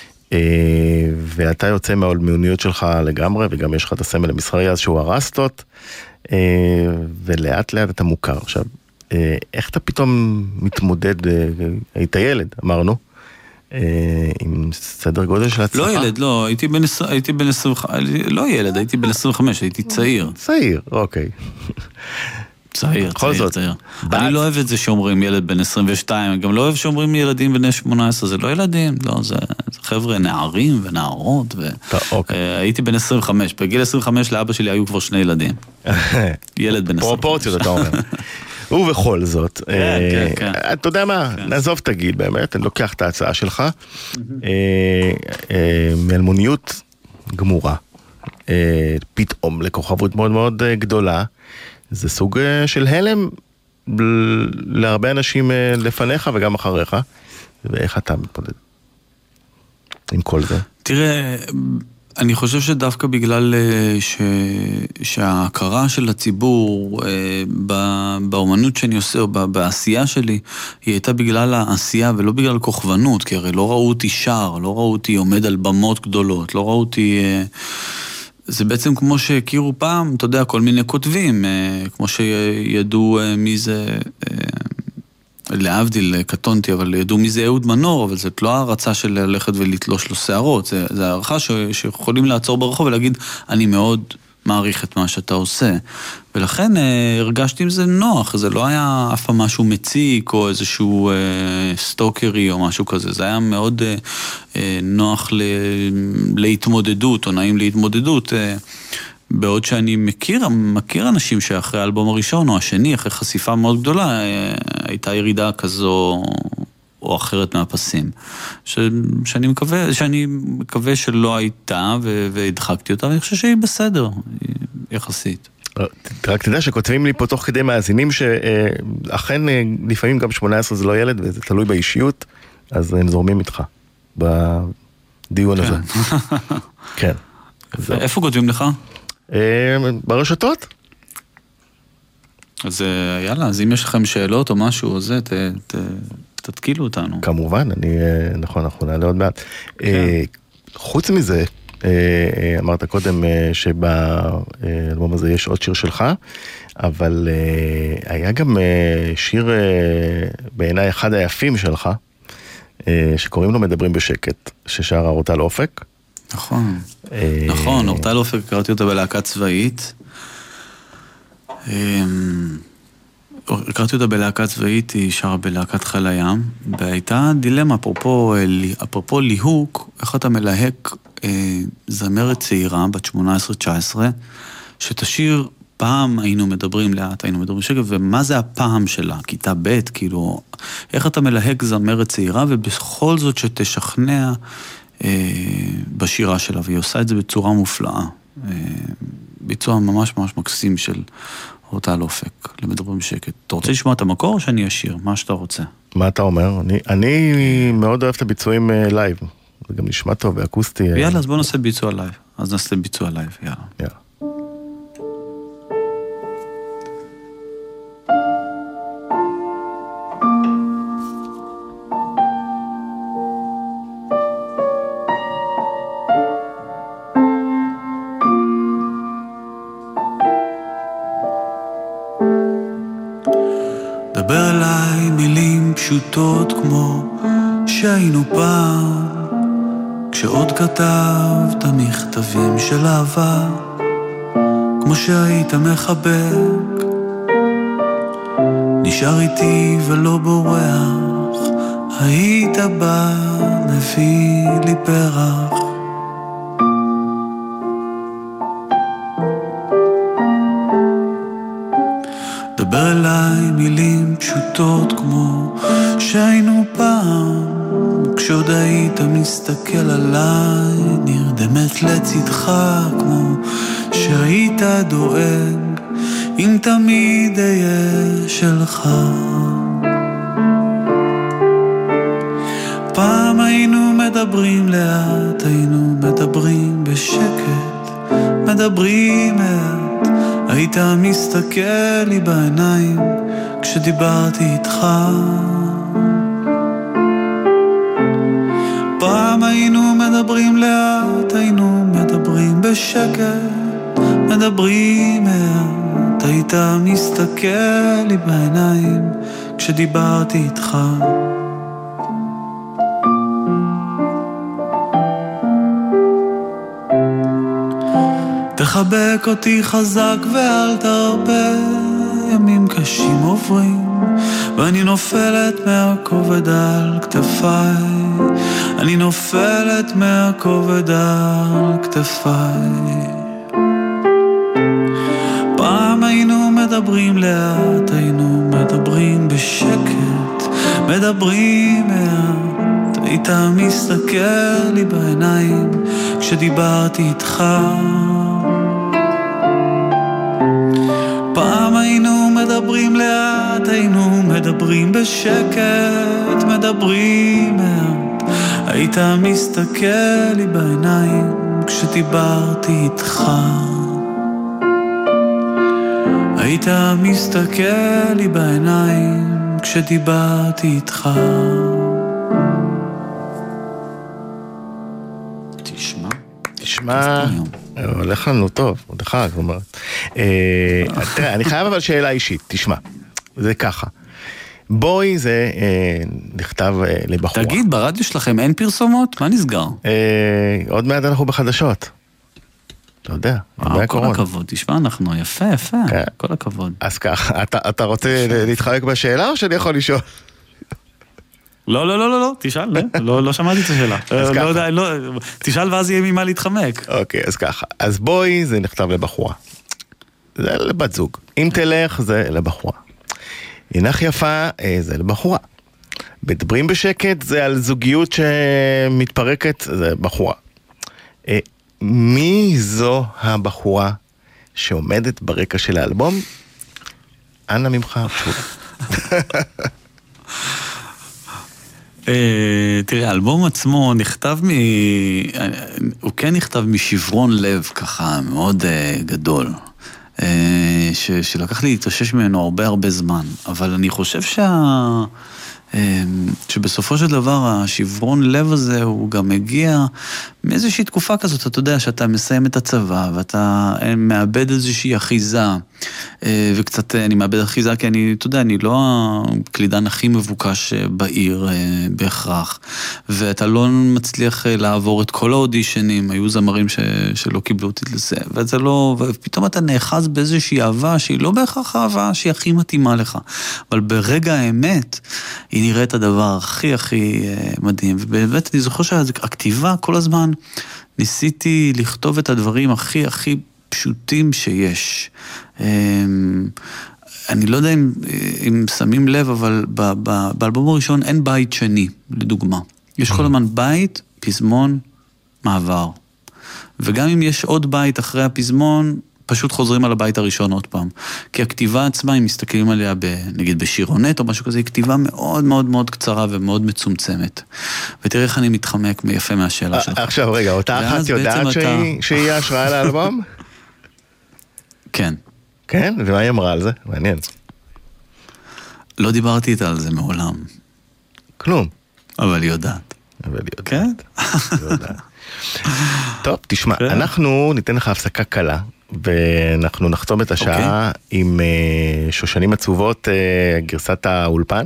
ואתה יוצא מהאולמיוניות שלך לגמרי, וגם יש לך את הסמל המסחרי אז שהוא הרסטות, ולאט לאט אתה מוכר. עכשיו, איך אתה פתאום מתמודד, היית ילד, אמרנו, עם סדר גודל של הצלחה? לא ילד, לא, הייתי בן 25, לא ילד, הייתי בן 25, הייתי צעיר. צעיר, אוקיי. צעיר. אני לא אוהב את זה שאומרים ילד בן 22, גם לא אוהב שאומרים ילדים בני 18, זה לא ילדים, לא, זה חבר'ה נערים ונערות, הייתי בן 25, בגיל 25 לאבא שלי היו כבר 2 ילדים. ילד בן 25. פרופורציות, אתה אומר. ובכל זאת, אתה יודע מה, נעזוב את הגיל באמת, אני לוקח את ההצעה שלך, מאלמוניות גמורה, פתאום לכוכבות מאוד מאוד גדולה, זה סוג של הלם להרבה אנשים לפניך וגם אחריך, ואיך אתה מתמודד עם כל זה? תראה, אני חושב שדווקא בגלל שההכרה של הציבור באומנות שאני עושה, או בעשייה שלי, היא הייתה בגלל העשייה ולא בגלל כוכבנות, כי הרי לא ראו אותי שר, לא ראו אותי עומד על במות גדולות, לא ראו אותי... זה בעצם כמו שהכירו פעם, אתה יודע, כל מיני כותבים, כמו שידעו מי זה, להבדיל, קטונתי, אבל ידעו מי זה אהוד מנור, אבל זאת לא הרצה של ללכת ולתלוש לו שערות, זה הערכה שיכולים לעצור ברחוב ולהגיד, אני מאוד מעריך את מה שאתה עושה. ולכן הרגשתי עם זה נוח, זה לא היה אף פעם משהו מציק, או איזשהו סטוקרי או משהו כזה, זה היה מאוד נוח להתמודדות, או נעים להתמודדות, בעוד שאני מכיר אנשים שאחרי האלבום הראשון או השני, אחרי חשיפה מאוד גדולה, הייתה ירידה כזו או אחרת מהפסים. שאני מקווה שלא הייתה והדחקתי אותה, ואני חושב שהיא בסדר, יחסית. רק תדע שכותבים לי פה תוך כדי מאזינים שאכן לפעמים גם 18 זה לא ילד וזה תלוי באישיות, אז הם זורמים איתך בדיון הזה. כן. איפה כותבים לך? ברשתות. אז יאללה, אז אם יש לכם שאלות או משהו או זה, תתקילו אותנו. כמובן, נכון, אנחנו נעלה עוד מעט. חוץ מזה, אמרת קודם שבאלבום הזה יש עוד שיר שלך, אבל היה גם שיר בעיניי אחד היפים שלך, שקוראים לו מדברים בשקט, ששרה אורטל אופק. נכון, נכון, אורטל אופק, קראתי אותה בלהקה צבאית. הכרתי אותה בלהקה צבאית, היא שרה בלהקת חיל הים, והייתה דילמה, אפרופו ליהוק, איך אתה מלהק זמרת צעירה, בת 18-19, שתשיר פעם היינו מדברים לאט, היינו מדברים שקט, ומה זה הפעם שלה? כיתה ב', כאילו, איך אתה מלהק זמרת צעירה, ובכל זאת שתשכנע בשירה שלה, והיא עושה את זה בצורה מופלאה. ביצוע ממש ממש מקסים של אורטל אופק, למדברים בשקט. אתה רוצה לשמוע את המקור או שאני אשיר? מה שאתה רוצה. מה אתה אומר? אני מאוד אוהב את הביצועים לייב. זה גם נשמע טוב ואקוסטי. יאללה, אז בוא נעשה ביצוע לייב. אז נעשה ביצוע לייב, יאללה. יאללה. דבר אליי מילים פשוטות כמו שהיינו פעם, כשעוד כתבת מכתבים של אהבה, כמו שהיית מחבק, נשאר איתי ולא בורח, היית בא מביא לי פרח. דבר אליי מילים פשוטות כמו שהיינו פעם, כשעוד היית מסתכל עליי, נרדמת לצדך כמו שהיית דואג, אם תמיד אהיה שלך. פעם היינו מדברים לאט, היינו מדברים בשקט, מדברים מעט, היית מסתכל לי בעיניים כשדיברתי איתך. פעם היינו מדברים לאט, היינו מדברים בשקט, מדברים מעט, היית מסתכל לי בעיניים כשדיברתי איתך. תחבק אותי חזק ואל תרפה, ימים קשים עוברים ואני נופלת מהכובד על כתפיי, אני נופלת מהכובד על כתפיי. פעם היינו מדברים לאט, היינו מדברים בשקט, מדברים מעט, היית מסתכל לי בעיניים כשדיברתי איתך. פעם היינו מדברים לאט, היינו מדברים בשקט, מדברים מעט, היית מסתכל לי בעיניים כשדיברתי איתך. היית מסתכל לי בעיניים כשדיברתי איתך. תשמע, הולך לנו טוב, עוד אחד, זאת אומרת. תראה, אני חייב אבל שאלה אישית, תשמע, זה ככה. בוי זה נכתב לבחורה. תגיד, ברדיו שלכם אין פרסומות? מה נסגר? עוד מעט אנחנו בחדשות. אתה יודע, כל הכבוד, תשמע, אנחנו יפה, כל הכבוד. אז ככה, אתה רוצה להתחלק בשאלה או שאני יכול לשאול? לא, תשאל, לא שמעתי את השאלה. לא יודע, תשאל ואז יהיה ממה להתחמק. אוקיי, אז ככה. אז בואי זה נכתב לבחורה. זה לבת זוג. אם תלך זה לבחורה. הינך יפה זה לבחורה. מדברים בשקט זה על זוגיות שמתפרקת, זה בחורה. מי זו הבחורה שעומדת ברקע של האלבום? אנא ממך, שוב. תראה, האלבום עצמו נכתב הוא כן נכתב משברון לב ככה מאוד גדול, שלקח לי להתאושש ממנו הרבה זמן, אבל אני חושב שבסופו של דבר השברון לב הזה הוא גם מגיע מאיזושהי תקופה כזאת, אתה יודע, שאתה מסיים את הצבא ואתה מאבד איזושהי אחיזה, וקצת אני מאבד אחיזה כי אתה יודע, אני לא הקלידן הכי מבוקש בעיר בהכרח, ואתה לא מצליח לעבור את כל האודישנים, היו זמרים שלא קיבלו אותי לזה, ופתאום אתה נאחז באיזושהי אהבה שהיא לא בהכרח אהבה שהיא הכי מתאימה לך, אבל ברגע האמת היא נראית הדבר הכי מדהים, ובאמת אני זוכר שהכתיבה כל הזמן ניסיתי לכתוב את הדברים הכי פשוטים שיש. אני לא יודע אם שמים לב, אבל באלבום הראשון אין בית שני, לדוגמה. יש כל הזמן בית, פזמון, מעבר. וגם אם יש עוד בית אחרי הפזמון, פשוט חוזרים על הבית הראשון עוד פעם. כי הכתיבה עצמה, אם מסתכלים עליה נגיד בשירונט או משהו כזה, היא כתיבה מאוד מאוד מאוד קצרה ומאוד מצומצמת. ותראה איך אני מתחמק יפה מהשאלה שלך. עכשיו רגע, אותה אחת יודעת שהיא השראה לאלבום? כן. כן? ומה היא אמרה על זה? מעניין. לא דיברתי איתה על זה מעולם. כלום. אבל היא יודעת. כן? טוב, תשמע, אנחנו ניתן לך הפסקה קלה, ואנחנו נחתום את השעה עם שושנים עצובות, גרסת האולפן,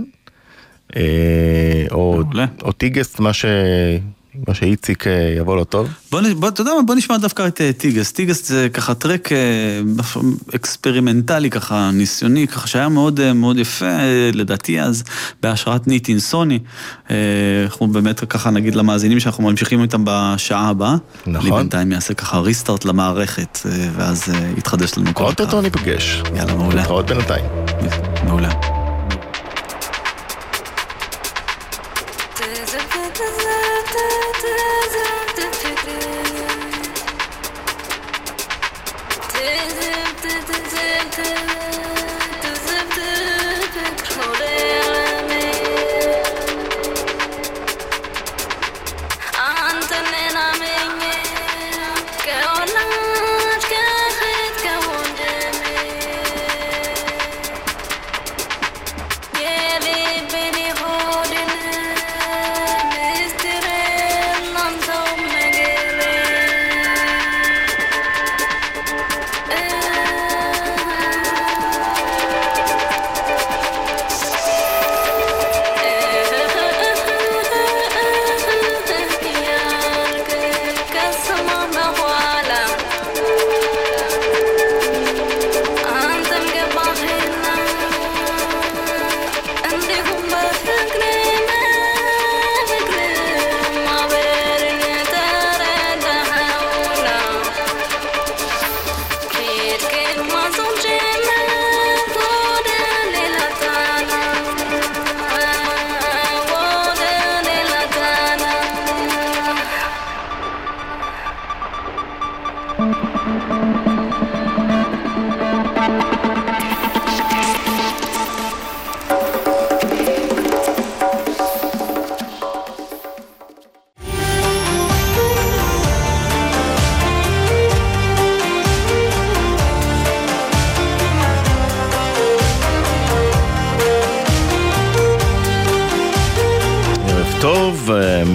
או טיגסט, מה שאיציק יבוא לו טוב. אתה יודע מה, בוא נשמע דווקא את טיגסט. טיגסט זה ככה טרק אקספרימנטלי, ככה ניסיוני, ככה שהיה מאוד מאוד יפה, לדעתי אז, בהשראת ניטין סוני. אנחנו באמת ככה נגיד למאזינים שאנחנו ממשיכים איתם בשעה הבאה. נכון. אני בינתיים יעשה ככה ריסטארט למערכת, ואז יתחדש לנו כל כך. אותו ניפגש. יאללה, מעולה. נתראות בינתיים. מעולה. טוב,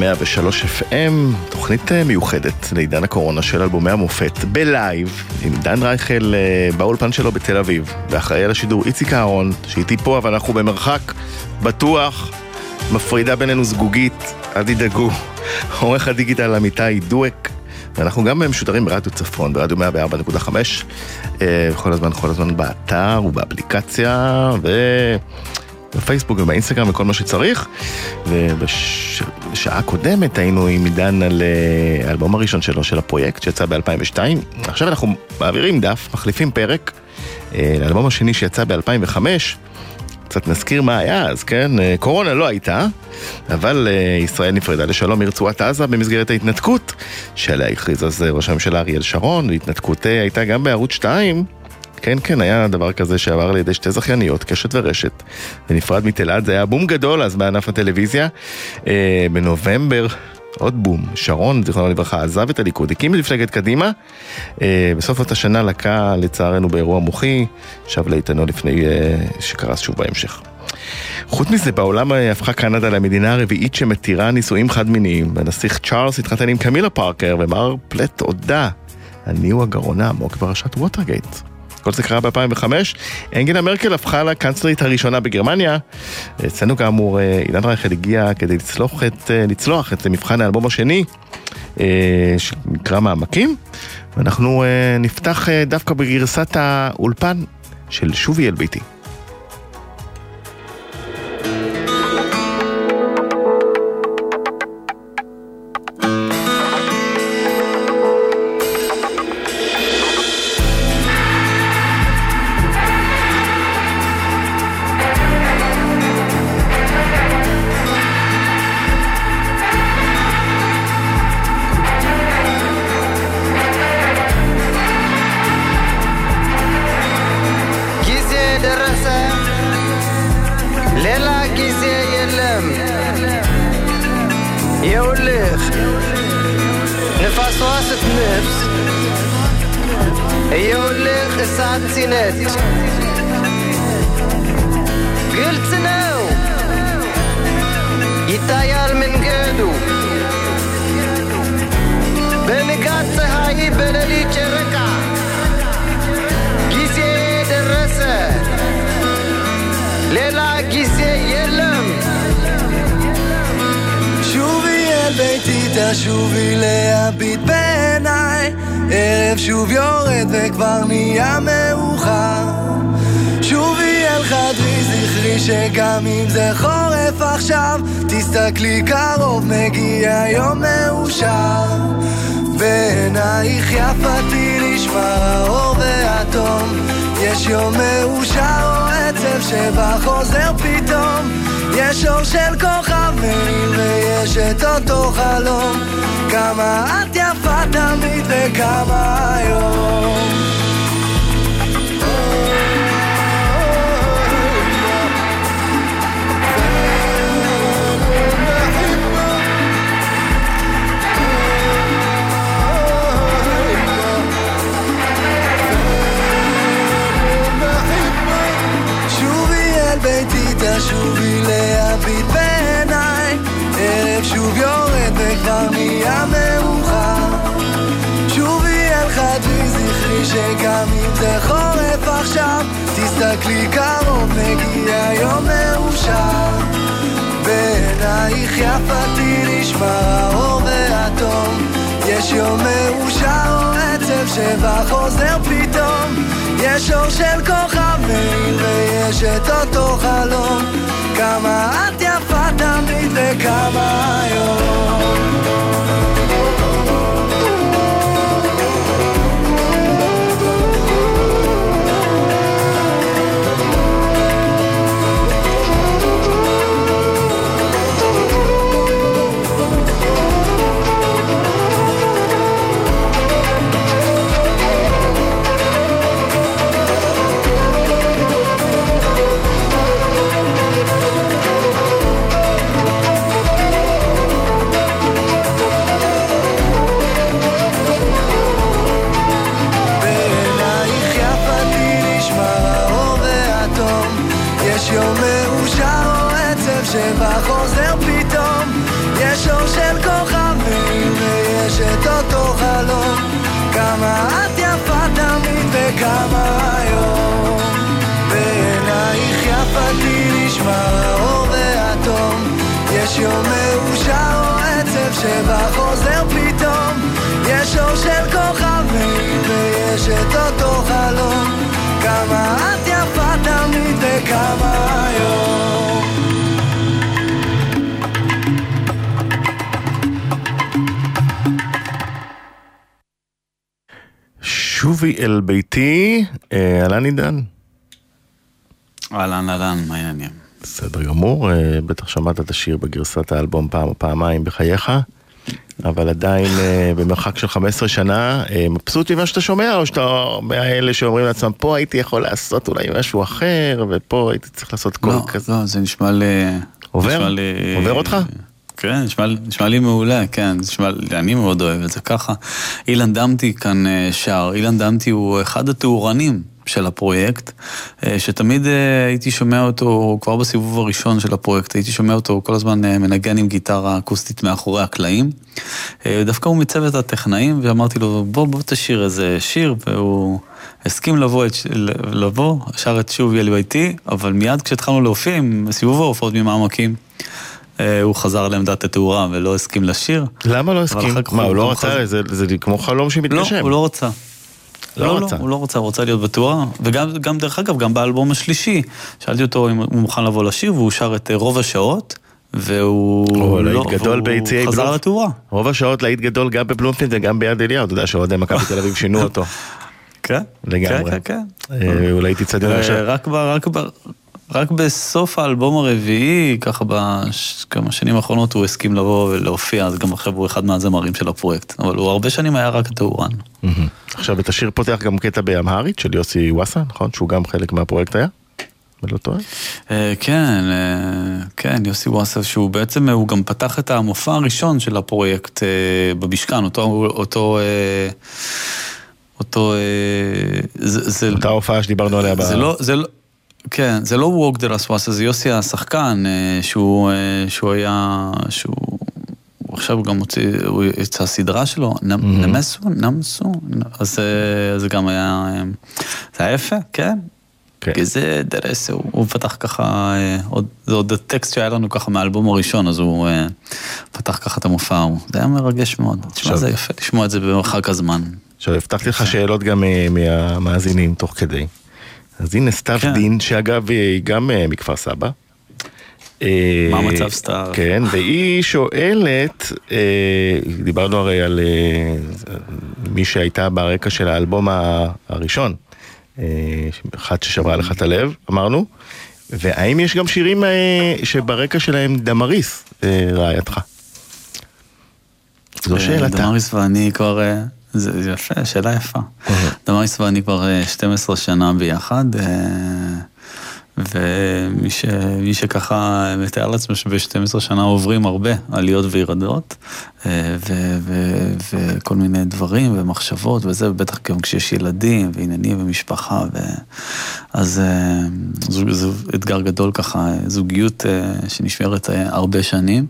103 FM, תוכנית מיוחדת לעידן הקורונה של אלבומי המופת בלייב, עם דן רייכל באולפן שלו בתל אביב, ואחראי על השידור איציק אהרון, שאיתי פה, אבל אנחנו במרחק בטוח, מפרידה בינינו זגוגית, אל תדאגו, עורך הדיגיטל אמיתי דואק, ואנחנו גם משודרים ברדיו צפון, ברדיו 104.5, כל הזמן באתר ובאפליקציה, בפייסבוק ובאינסטגרם וכל מה שצריך. ובשעה קודמת היינו עם עידן על האלבום הראשון שלו, של הפרויקט, שיצא ב-2002. עכשיו אנחנו מעבירים דף, מחליפים פרק, לאלבום השני שיצא ב-2005. קצת נזכיר מה היה אז, כן? קורונה לא הייתה, אבל ישראל נפרדה לשלום מרצועת עזה במסגרת ההתנתקות, שעליה הכריז אז ראש הממשלה אריאל שרון. ההתנתקות הייתה גם בערוץ 2, כן, היה דבר כזה שעבר לידי שתי זכייניות, קשת ורשת, ונפרד מתלעד. זה היה בום גדול אז בענף הטלוויזיה. בנובמבר, עוד בום, שרון, זיכרונו לברכה, עזב את הליכוד, הקים את מפלגת קדימה. בסוף אותה שנה לקה לצערנו באירוע מוחי, שב לאיתנו לפני שקרס שוב בהמשך. חוץ מזה, בעולם הפכה קנדה למדינה הרביעית שמתירה נישואים חד מיניים. הנסיך צ'ארלס התחתן עם קמילה פארקר, ומר פלט הודה, אני הוא הגרון העמוק בפרשת ווטרגייט. כל זה קרה ב-2005. אנגלה מרקל הפכה לקנצלרית הראשונה בגרמניה. אצלנו כאמור, עידן רייכל הגיע כדי לצלוח את מבחן האלבום השני, שנקרא מעמקים. ואנחנו נפתח דווקא בגרסת האולפן של שובי אל ביתי. תשובי להביט בעיניי, ערב שוב יורד וכבר נהיה מאוחר. שובי אל חדרי, זכרי שגם אם זה חורף עכשיו, תסתכלי קרוב, מגיע יום מאושר. בעינייך יפתי נשמע האור והתום, יש יום מאושר או עצב שבא חוזר פתאום. יש אור של כוכב מאיר ויש את אותו חלום, כמה את יפה תמיד וכמה היום. תשובי להביט בעיניי, ערב שוב יורד וכבר נהיה מאוחר. שובי אל חדרי, זכרי שגם אם זה חורף עכשיו, תסתכלי קרוב, מגיע יום מאושר. בעינייך יפתי נשמע האור והתום, יש יום מאושר או עצב שבא חוזר פתאום. יש אור של כוכב מאיר ויש את אותו חלום, כמה את יפה תמיד וכמה היום. שבא חוזר פתאום, יש אור של כוכב מאיר ויש את אותו חלום, כמה את יפה תמיד וכמה היום. בעינייך יפתי נשמע האור והתום, יש יום מאושר או עצב שבא חוזר פתאום. יש אור של כוכב מאיר ויש את אותו חלום, כמה את יפה תמיד וכמה היום. שובי אל ביתי, אהלן עידן. אהלן, מה העניינים? בסדר גמור, בטח שמעת את השיר בגרסת האלבום פעם או פעמיים בחייך, אבל עדיין במרחק של 15 שנה, מבסוט ממה שאתה שומע, או שאתה מהאלה שאומרים לעצמם, פה הייתי יכול לעשות אולי משהו אחר, ופה הייתי צריך לעשות כל כזה. לא, זה נשמע לי... עובר? עובר אותך? כן, נשמע לי מעולה, כן, אני מאוד אוהב את זה ככה. אילן דמתי כאן שר, אילן דמתי הוא אחד התאורנים של הפרויקט, שתמיד הייתי שומע אותו, כבר בסיבוב הראשון של הפרויקט, הייתי שומע אותו כל הזמן מנגן עם גיטרה אקוסטית מאחורי הקלעים, דווקא הוא מצוות הטכנאים, ואמרתי לו, בוא תשאיר איזה שיר, והוא הסכים לבוא, שר את שובי אל ביתי, אבל מיד כשהתחלנו להופיע עם סיבוב ההופעות ממעמקים, הוא חזר לעמדת התאורה ולא הסכים לשיר. למה לא הסכים? מה, הוא לא רצה? זה כמו חלום שמתגשם. לא, הוא לא רצה. לא, הוא לא רוצה, הוא רוצה להיות בתאורה, וגם דרך אגב, גם באלבום השלישי, שאלתי אותו אם הוא מוכן לבוא לשיר, והוא שר את רוב השעות, והוא חזר לתאורה. רוב השעות להיט גדול גם בבלומפילד וגם ביד אליהו, אתה יודע שעוד מכבי תל אביב שינו אותו. כן, לגמרי. כן. אולי תצעדים עכשיו. רק בסוף האלבום הרביעי, ככה בכמה שנים האחרונות הוא הסכים לבוא ולהופיע, אז גם עכשיו הוא אחד מהזמרים של הפרויקט, אבל הוא הרבה שנים היה רק התאורן. עכשיו את השיר פותח גם קטע באמהרית של יוסי וואסה, נכון? שהוא גם חלק מהפרויקט היה? ולא טועה? כן, יוסי וואסה, שהוא בעצם, הוא גם פתח את המופע הראשון של הפרויקט במשכן, אותה הופעה שדיברנו עליה כן, זה לא ווק דה לסוואסה, זה יוסי השחקן, שהוא עכשיו גם הוציא, הוא יצא הסדרה שלו, נמסו, אז זה גם היה, זה היה יפה, כן? זה דרס, הוא פתח ככה, זה עוד הטקסט שהיה לנו ככה מהאלבום הראשון, אז הוא פתח ככה את המופע, זה היה מרגש מאוד, תשמע, זה יפה לשמוע את זה במרחק הזמן. עכשיו, הבטחתי לך שאלות גם מהמאזינים תוך כדי. אז הנה סתיו דין, שאגב היא גם מכפר סבא. מה המצב סתיו? כן, והיא שואלת, דיברנו הרי על מי שהייתה ברקע של האלבום הראשון, אחד ששברה לך את הלב, אמרנו, והאם יש גם שירים שברקע שלהם דמריס, רעייתך? זו שאלתה. דמריס ואני כבר... זה יפה, שאלה יפה. דמריס ואני כבר 12 שנה ביחד, ומי שככה מתאר לעצמו שב-12 שנה עוברים הרבה עליות וירדות, וכל מיני דברים ומחשבות וזה, בטח גם כשיש ילדים ועניינים ומשפחה, אז זה אתגר גדול ככה, זוגיות שנשמרת הרבה שנים.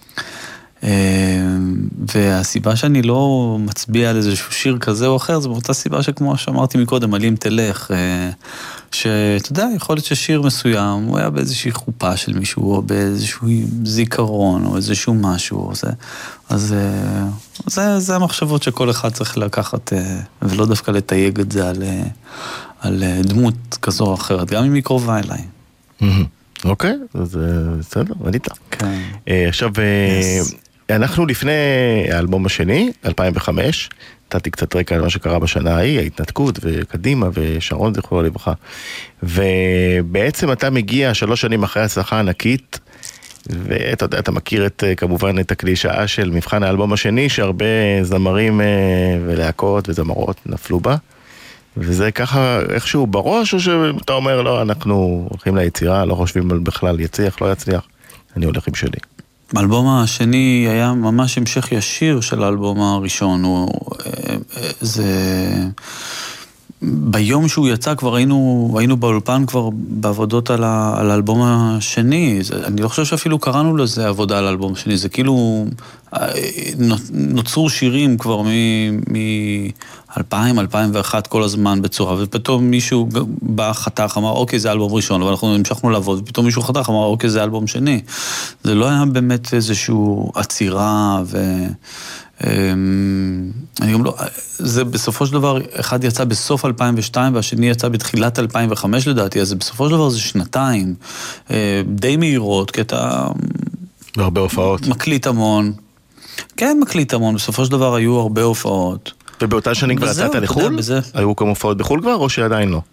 והסיבה שאני לא מצביע על איזשהו שיר כזה או אחר, זה באותה סיבה שכמו שאמרתי מקודם, על אם תלך, שאתה יודע, יכול להיות ששיר מסוים, הוא היה באיזושהי חופה של מישהו, או באיזשהו זיכרון, או איזשהו משהו, אז זה המחשבות שכל אחד צריך לקחת, ולא דווקא לתייג את זה על דמות כזו או אחרת, גם אם היא קרובה אליי. אוקיי, אז בסדר, ענית. עכשיו... אנחנו לפני האלבום השני, 2005, נתתי קצת רקע על מה שקרה בשנה ההיא, ההתנתקות וקדימה ושרון זכרו לברכה, ובעצם אתה מגיע 3 שנים אחרי הצלחה ענקית, ואתה יודע, אתה מכיר כמובן את הקלישאה של מבחן האלבום השני, שהרבה זמרים ולהקות וזמרות נפלו בה, וזה ככה איכשהו בראש, או שאתה אומר, לא, אנחנו הולכים ליצירה, לא חושבים על בכלל יצליח, לא יצליח, אני הולך עם שלי. האלבום השני היה ממש המשך ישיר של האלבום הראשון, ביום שהוא יצא כבר היינו באולפן כבר בעבודות על האלבום השני, אני לא חושב שאפילו קראנו לזה עבודה על האלבום השני, זה כאילו נוצרו שירים כבר מ-2000-2001 כל הזמן בצורה, ופתאום מישהו בא חתך, אמר אוקיי זה אלבום ראשון, אבל אנחנו המשכנו לעבוד, ופתאום מישהו חתך, אמר אוקיי זה אלבום שני, זה לא היה באמת איזשהו עצירה אני גם לא, זה בסופו של דבר, אחד יצא בסוף 2002 והשני יצא בתחילת 2005 לדעתי, אז בסופו של דבר זה 2 די מהירות, כי אתה... והרבה הופעות. מקליט המון. כן, מקליט המון, בסופו של דבר היו הרבה הופעות. ובאותה שנים כבר יצאת לחול? היו כמה הופעות בחול כבר, או שעדיין לא?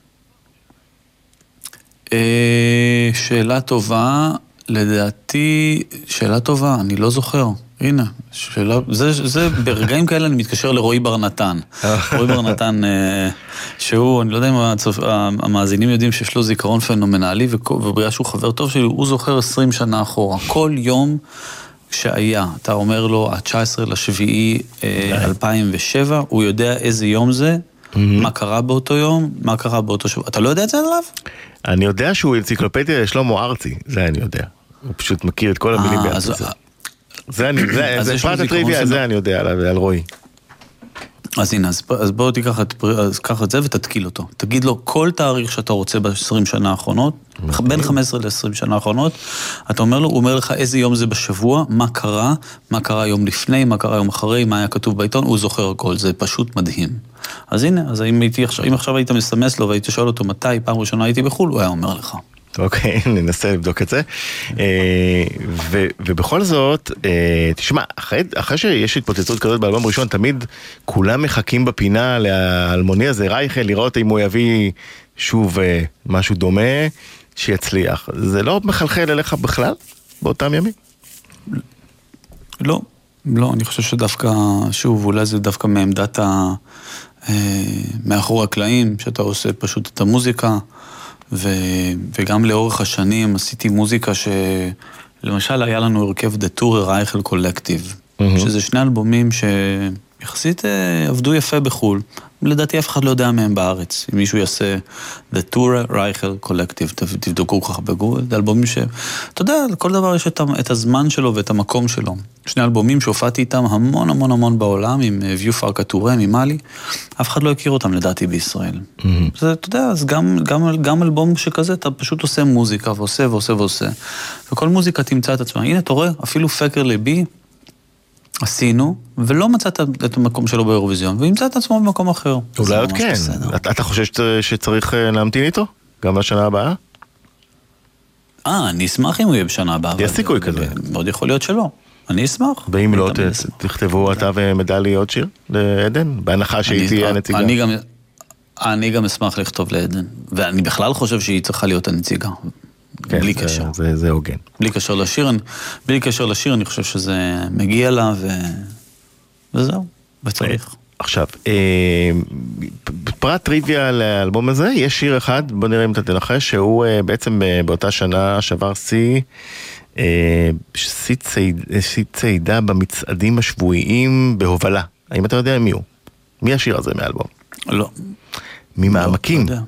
שאלה טובה, לדעתי, שאלה טובה, אני לא זוכר. הנה, שאלה, זה ברגעים כאלה אני מתקשר לרועי בר נתן. רועי בר נתן, שהוא, אני לא יודע אם המאזינים יודעים שיש לו זיכרון פנומנלי, ובריאה שהוא חבר טוב שלי, הוא זוכר 20 שנה אחורה. כל יום שהיה, אתה אומר לו, ה-19 לשביעי 2007, הוא יודע איזה יום זה, מה קרה באותו יום, מה קרה באותו שבוע. אתה לא יודע את זה עליו? אני יודע שהוא אנציקלופדיה שלמה ארצי, זה אני יודע. הוא פשוט מכיר את כל המילים בעצם. זה פרט הטריוויה, זה אני יודע על רועי. אז הנה, אז בואו תיקח את זה ותתקיל אותו. תגיד לו כל תאריך שאתה רוצה ב-20 שנה האחרונות, בין 15 ל-20 שנה האחרונות, אתה אומר לו, הוא אומר לך איזה יום זה בשבוע, מה קרה יום לפני, מה קרה יום אחרי, מה היה כתוב בעיתון, הוא זוכר הכל, זה פשוט מדהים. אז הנה, אז אם עכשיו היית מסמס לו והיית שואל אותו מתי, פעם ראשונה הייתי בחול, הוא היה אומר לך. אוקיי, ננסה לבדוק את זה. ובכל זאת, תשמע, אחרי שיש התפוצצות כזאת באלבום ראשון, תמיד כולם מחכים בפינה לאלמוני הזה, רייכל, לראות אם הוא יביא שוב משהו דומה שיצליח. זה לא מחלחל אליך בכלל באותם ימים? לא, אני חושב שדווקא, שוב, אולי זה דווקא מעמדת מאחורי הקלעים, שאתה עושה פשוט את המוזיקה, וגם לאורך השנים עשיתי מוזיקה שלמשל היה לנו הרכב The Tour רייכל קולקטיב, שזה שני אלבומים שיחסית עבדו יפה בחול. לדעתי אף אחד לא יודע מהם בארץ. אם מישהו יעשה The Tour רייכל קולקטיב, תבדקו ככה בגוגל, זה אלבומים אתה יודע, לכל דבר יש את הזמן שלו ואת המקום שלו. שני אלבומים שהופעתי איתם המון המון המון בעולם, עם ויו פארקה טורה, ממאלי, אף אחד לא הכיר אותם לדעתי בישראל. זה, אתה יודע, אז גם אלבום שכזה, אתה פשוט עושה מוזיקה ועושה ועושה ועושה. וכל מוזיקה תמצא את עצמה. הנה, אתה רואה, אפילו פקר לבי, עשינו, ולא מצאת את המקום שלו באירוויזיון, וימצא את עצמו במקום אחר. אולי עוד כן. אתה חושב שצריך להמתין איתו? גם בשנה הבאה? אני אשמח אם הוא יהיה בשנה הבאה. יש סיכוי כזה. מאוד יכול להיות שלא. אני אשמח. ואם לא, תכתבו אתה ומדלי עוד שיר לעדן? בהנחה שהיא תהיה הנציגה. אני גם אשמח לכתוב לעדן. ואני בכלל חושב שהיא צריכה להיות הנציגה. בלי קשר. זה הוגן. בלי קשר לשיר, אני חושב שזה מגיע לה, וזהו, וצריך. עכשיו, פרט טריוויה לאלבום הזה, יש שיר אחד, בוא נראה אם אתה תנחש, שהוא בעצם באותה שנה שבר שיא צעידה במצעדים השבועיים בהובלה. האם אתה יודע מי הוא? מי השיר הזה מהאלבום? לא. ממעמקים. לא יודע.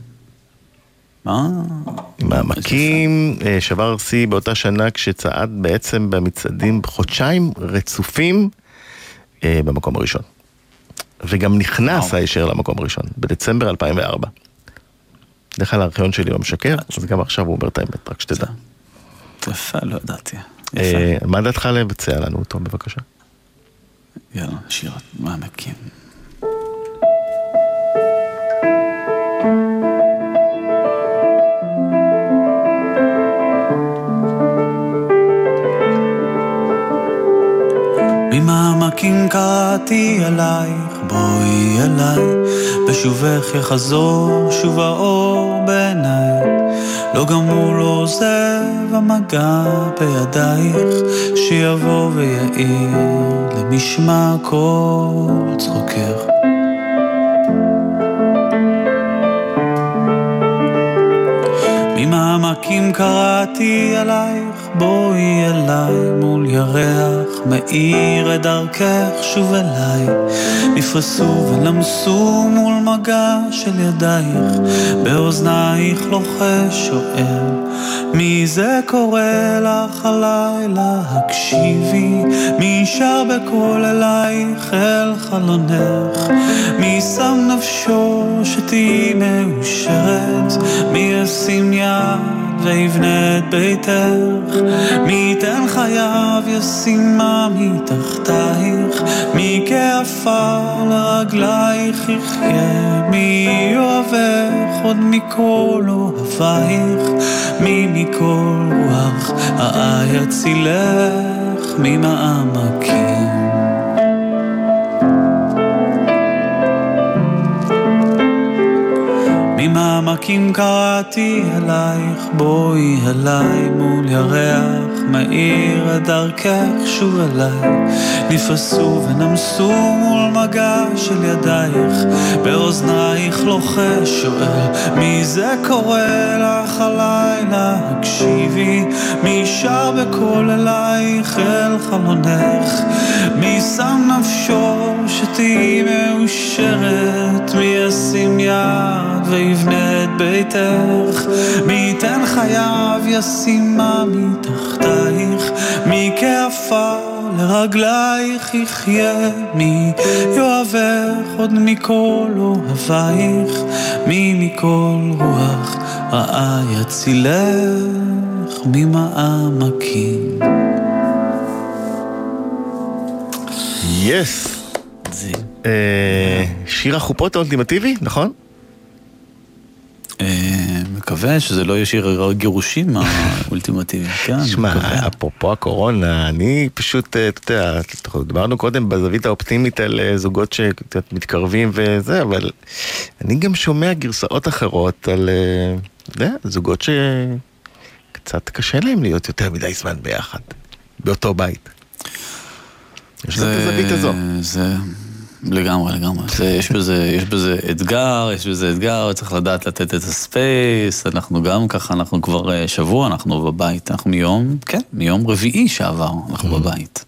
מעמקים, שבר שיא באותה שנה כשצעד בעצם במצעדים חודשיים רצופים במקום הראשון. וגם נכנס הישר למקום הראשון, בדצמבר 2004. דרך כלל הארכיון שלי לא משקר, אז גם עכשיו הוא אומר את האמת, רק שתדע. יפה, לא ידעתי. מה דעתך לבצע לנו אותו, בבקשה? יאללה, שיר מעמקים. ממעמקים קראתי עלייך, בואי אליי, בשובך יחזור שוב האור בעיניי. לא גמור לא עוזב המגע בידייך, שיבוא ויעיר למשמע כל צחוקך. ממעמקים קראתי עלייך, בואי אליי, מול ירח מאיר את דרכך שוב אליי. נפרסו ולמסו מול מגע של ידייך, באוזנייך לוחש שואל, מי זה קורא לך הלילה? הקשיבי, מי שר בקול אלייך אל חלונך? מי שם נפשו שתהי מאושרת? מי ישים יד ויבנה את ביתך? מי ייתן חייו ישימה מתחתייך? מי כעפר לרגלייך יחיה? מי אוהבך עוד מכל אוהבייך? מי מכל רוח יצילך ממעמקים? עמקים קראתי אלייך, בואי אליי מול ירח מאיר את דרכך שוב אליי, נפסו ונמסו מול מגע של ידייך, באוזנייך לוחש שואל מי זה קורא לך הלילה, הקשיבי מי שר בקול אלייך אל חלונך, מי שם נפשו שתהי מאושרת, מי ישים יד ויבנה את ביתך, מי ייתן חייו ישימה מתחתייך, מי כעפר לרגלייך יחיה, מי יאהבך עוד מכל אוהבייך, מי מכל רוח רעה יצילך ממעמקים. יס. שיר החופות האולטימטיבי, נכון? מקווה שזה לא יהיה שיר גירושים האולטימטיבי. שמע, אפרופו הקורונה, אני פשוט, אתה יודע, דיברנו קודם בזווית האופטימית על זוגות שקצת מתקרבים וזה, אבל אני גם שומע גרסאות אחרות על זוגות שקצת קשה להם להיות יותר מדי זמן ביחד, באותו בית. יש את הזווית הזו. לגמרי. יש בזה אתגר, צריך לדעת לתת את הספייס, אנחנו גם ככה, אנחנו כבר שבוע, אנחנו בבית, אנחנו מיום רביעי שעבר, אנחנו בבית.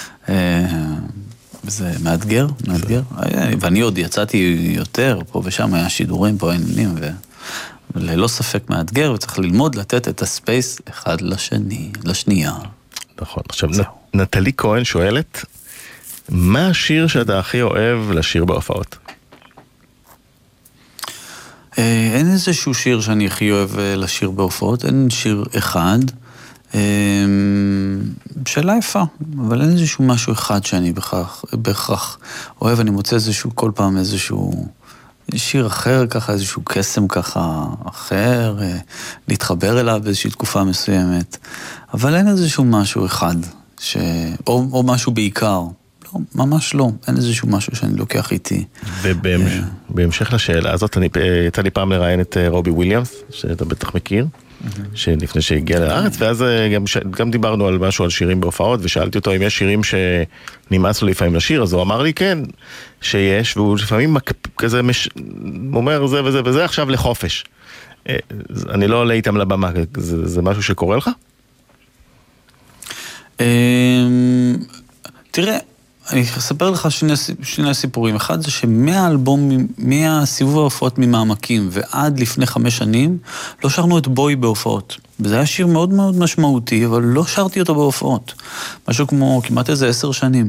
וזה מאתגר, ואני עוד יצאתי יותר, פה ושם היה שידורים, פה העניינים, וללא ספק מאתגר, וצריך ללמוד לתת את הספייס אחד לשנייה. נכון, עכשיו נטלי כהן שואלת, מה השיר שאתה הכי אוהב לשיר בהופעות? אין איזשהו שיר שאני הכי אוהב לשיר בהופעות, אין שיר אחד. שאלה יפה, אבל אין איזשהו משהו אחד שאני בהכרח אוהב, אני מוצא כל פעם איזשהו שיר אחר, ככה איזשהו קסם ככה אחר, להתחבר אליו באיזושהי תקופה מסוימת, אבל אין איזשהו משהו אחד, או משהו בעיקר. ממש לא, אין איזשהו משהו שאני לוקח איתי. ובהמשך לשאלה הזאת, יצא לי פעם לראיין את רובי וויליאמס, שאתה בטח מכיר, שלפני שהגיע לארץ, ואז גם דיברנו על משהו, על שירים בהופעות, ושאלתי אותו אם יש שירים שנמאס לו לפעמים לשיר, אז הוא אמר לי כן, שיש, והוא לפעמים כזה אומר זה וזה וזה, עכשיו לחופש. אני לא עולה איתם לבמה, זה משהו שקורה לך? תראה, אני אספר לך שני סיפורים. אחד זה שמהאלבום, מהסיבוב ההופעות ממעמקים ועד לפני 5 שנים, לא שרנו את בוי בהופעות. וזה היה שיר מאוד מאוד משמעותי, אבל לא שרתי אותו בהופעות. משהו כמו כמעט איזה 10 שנים.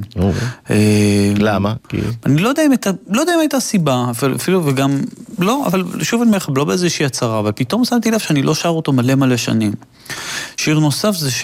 למה? אני לא יודע אם הייתה סיבה, אפילו וגם, לא, אבל שוב אני אומר לך, לא באיזושהי הצהרה, אבל פתאום שמתי לב שאני לא שר אותו מלא שנים. שיר נוסף זה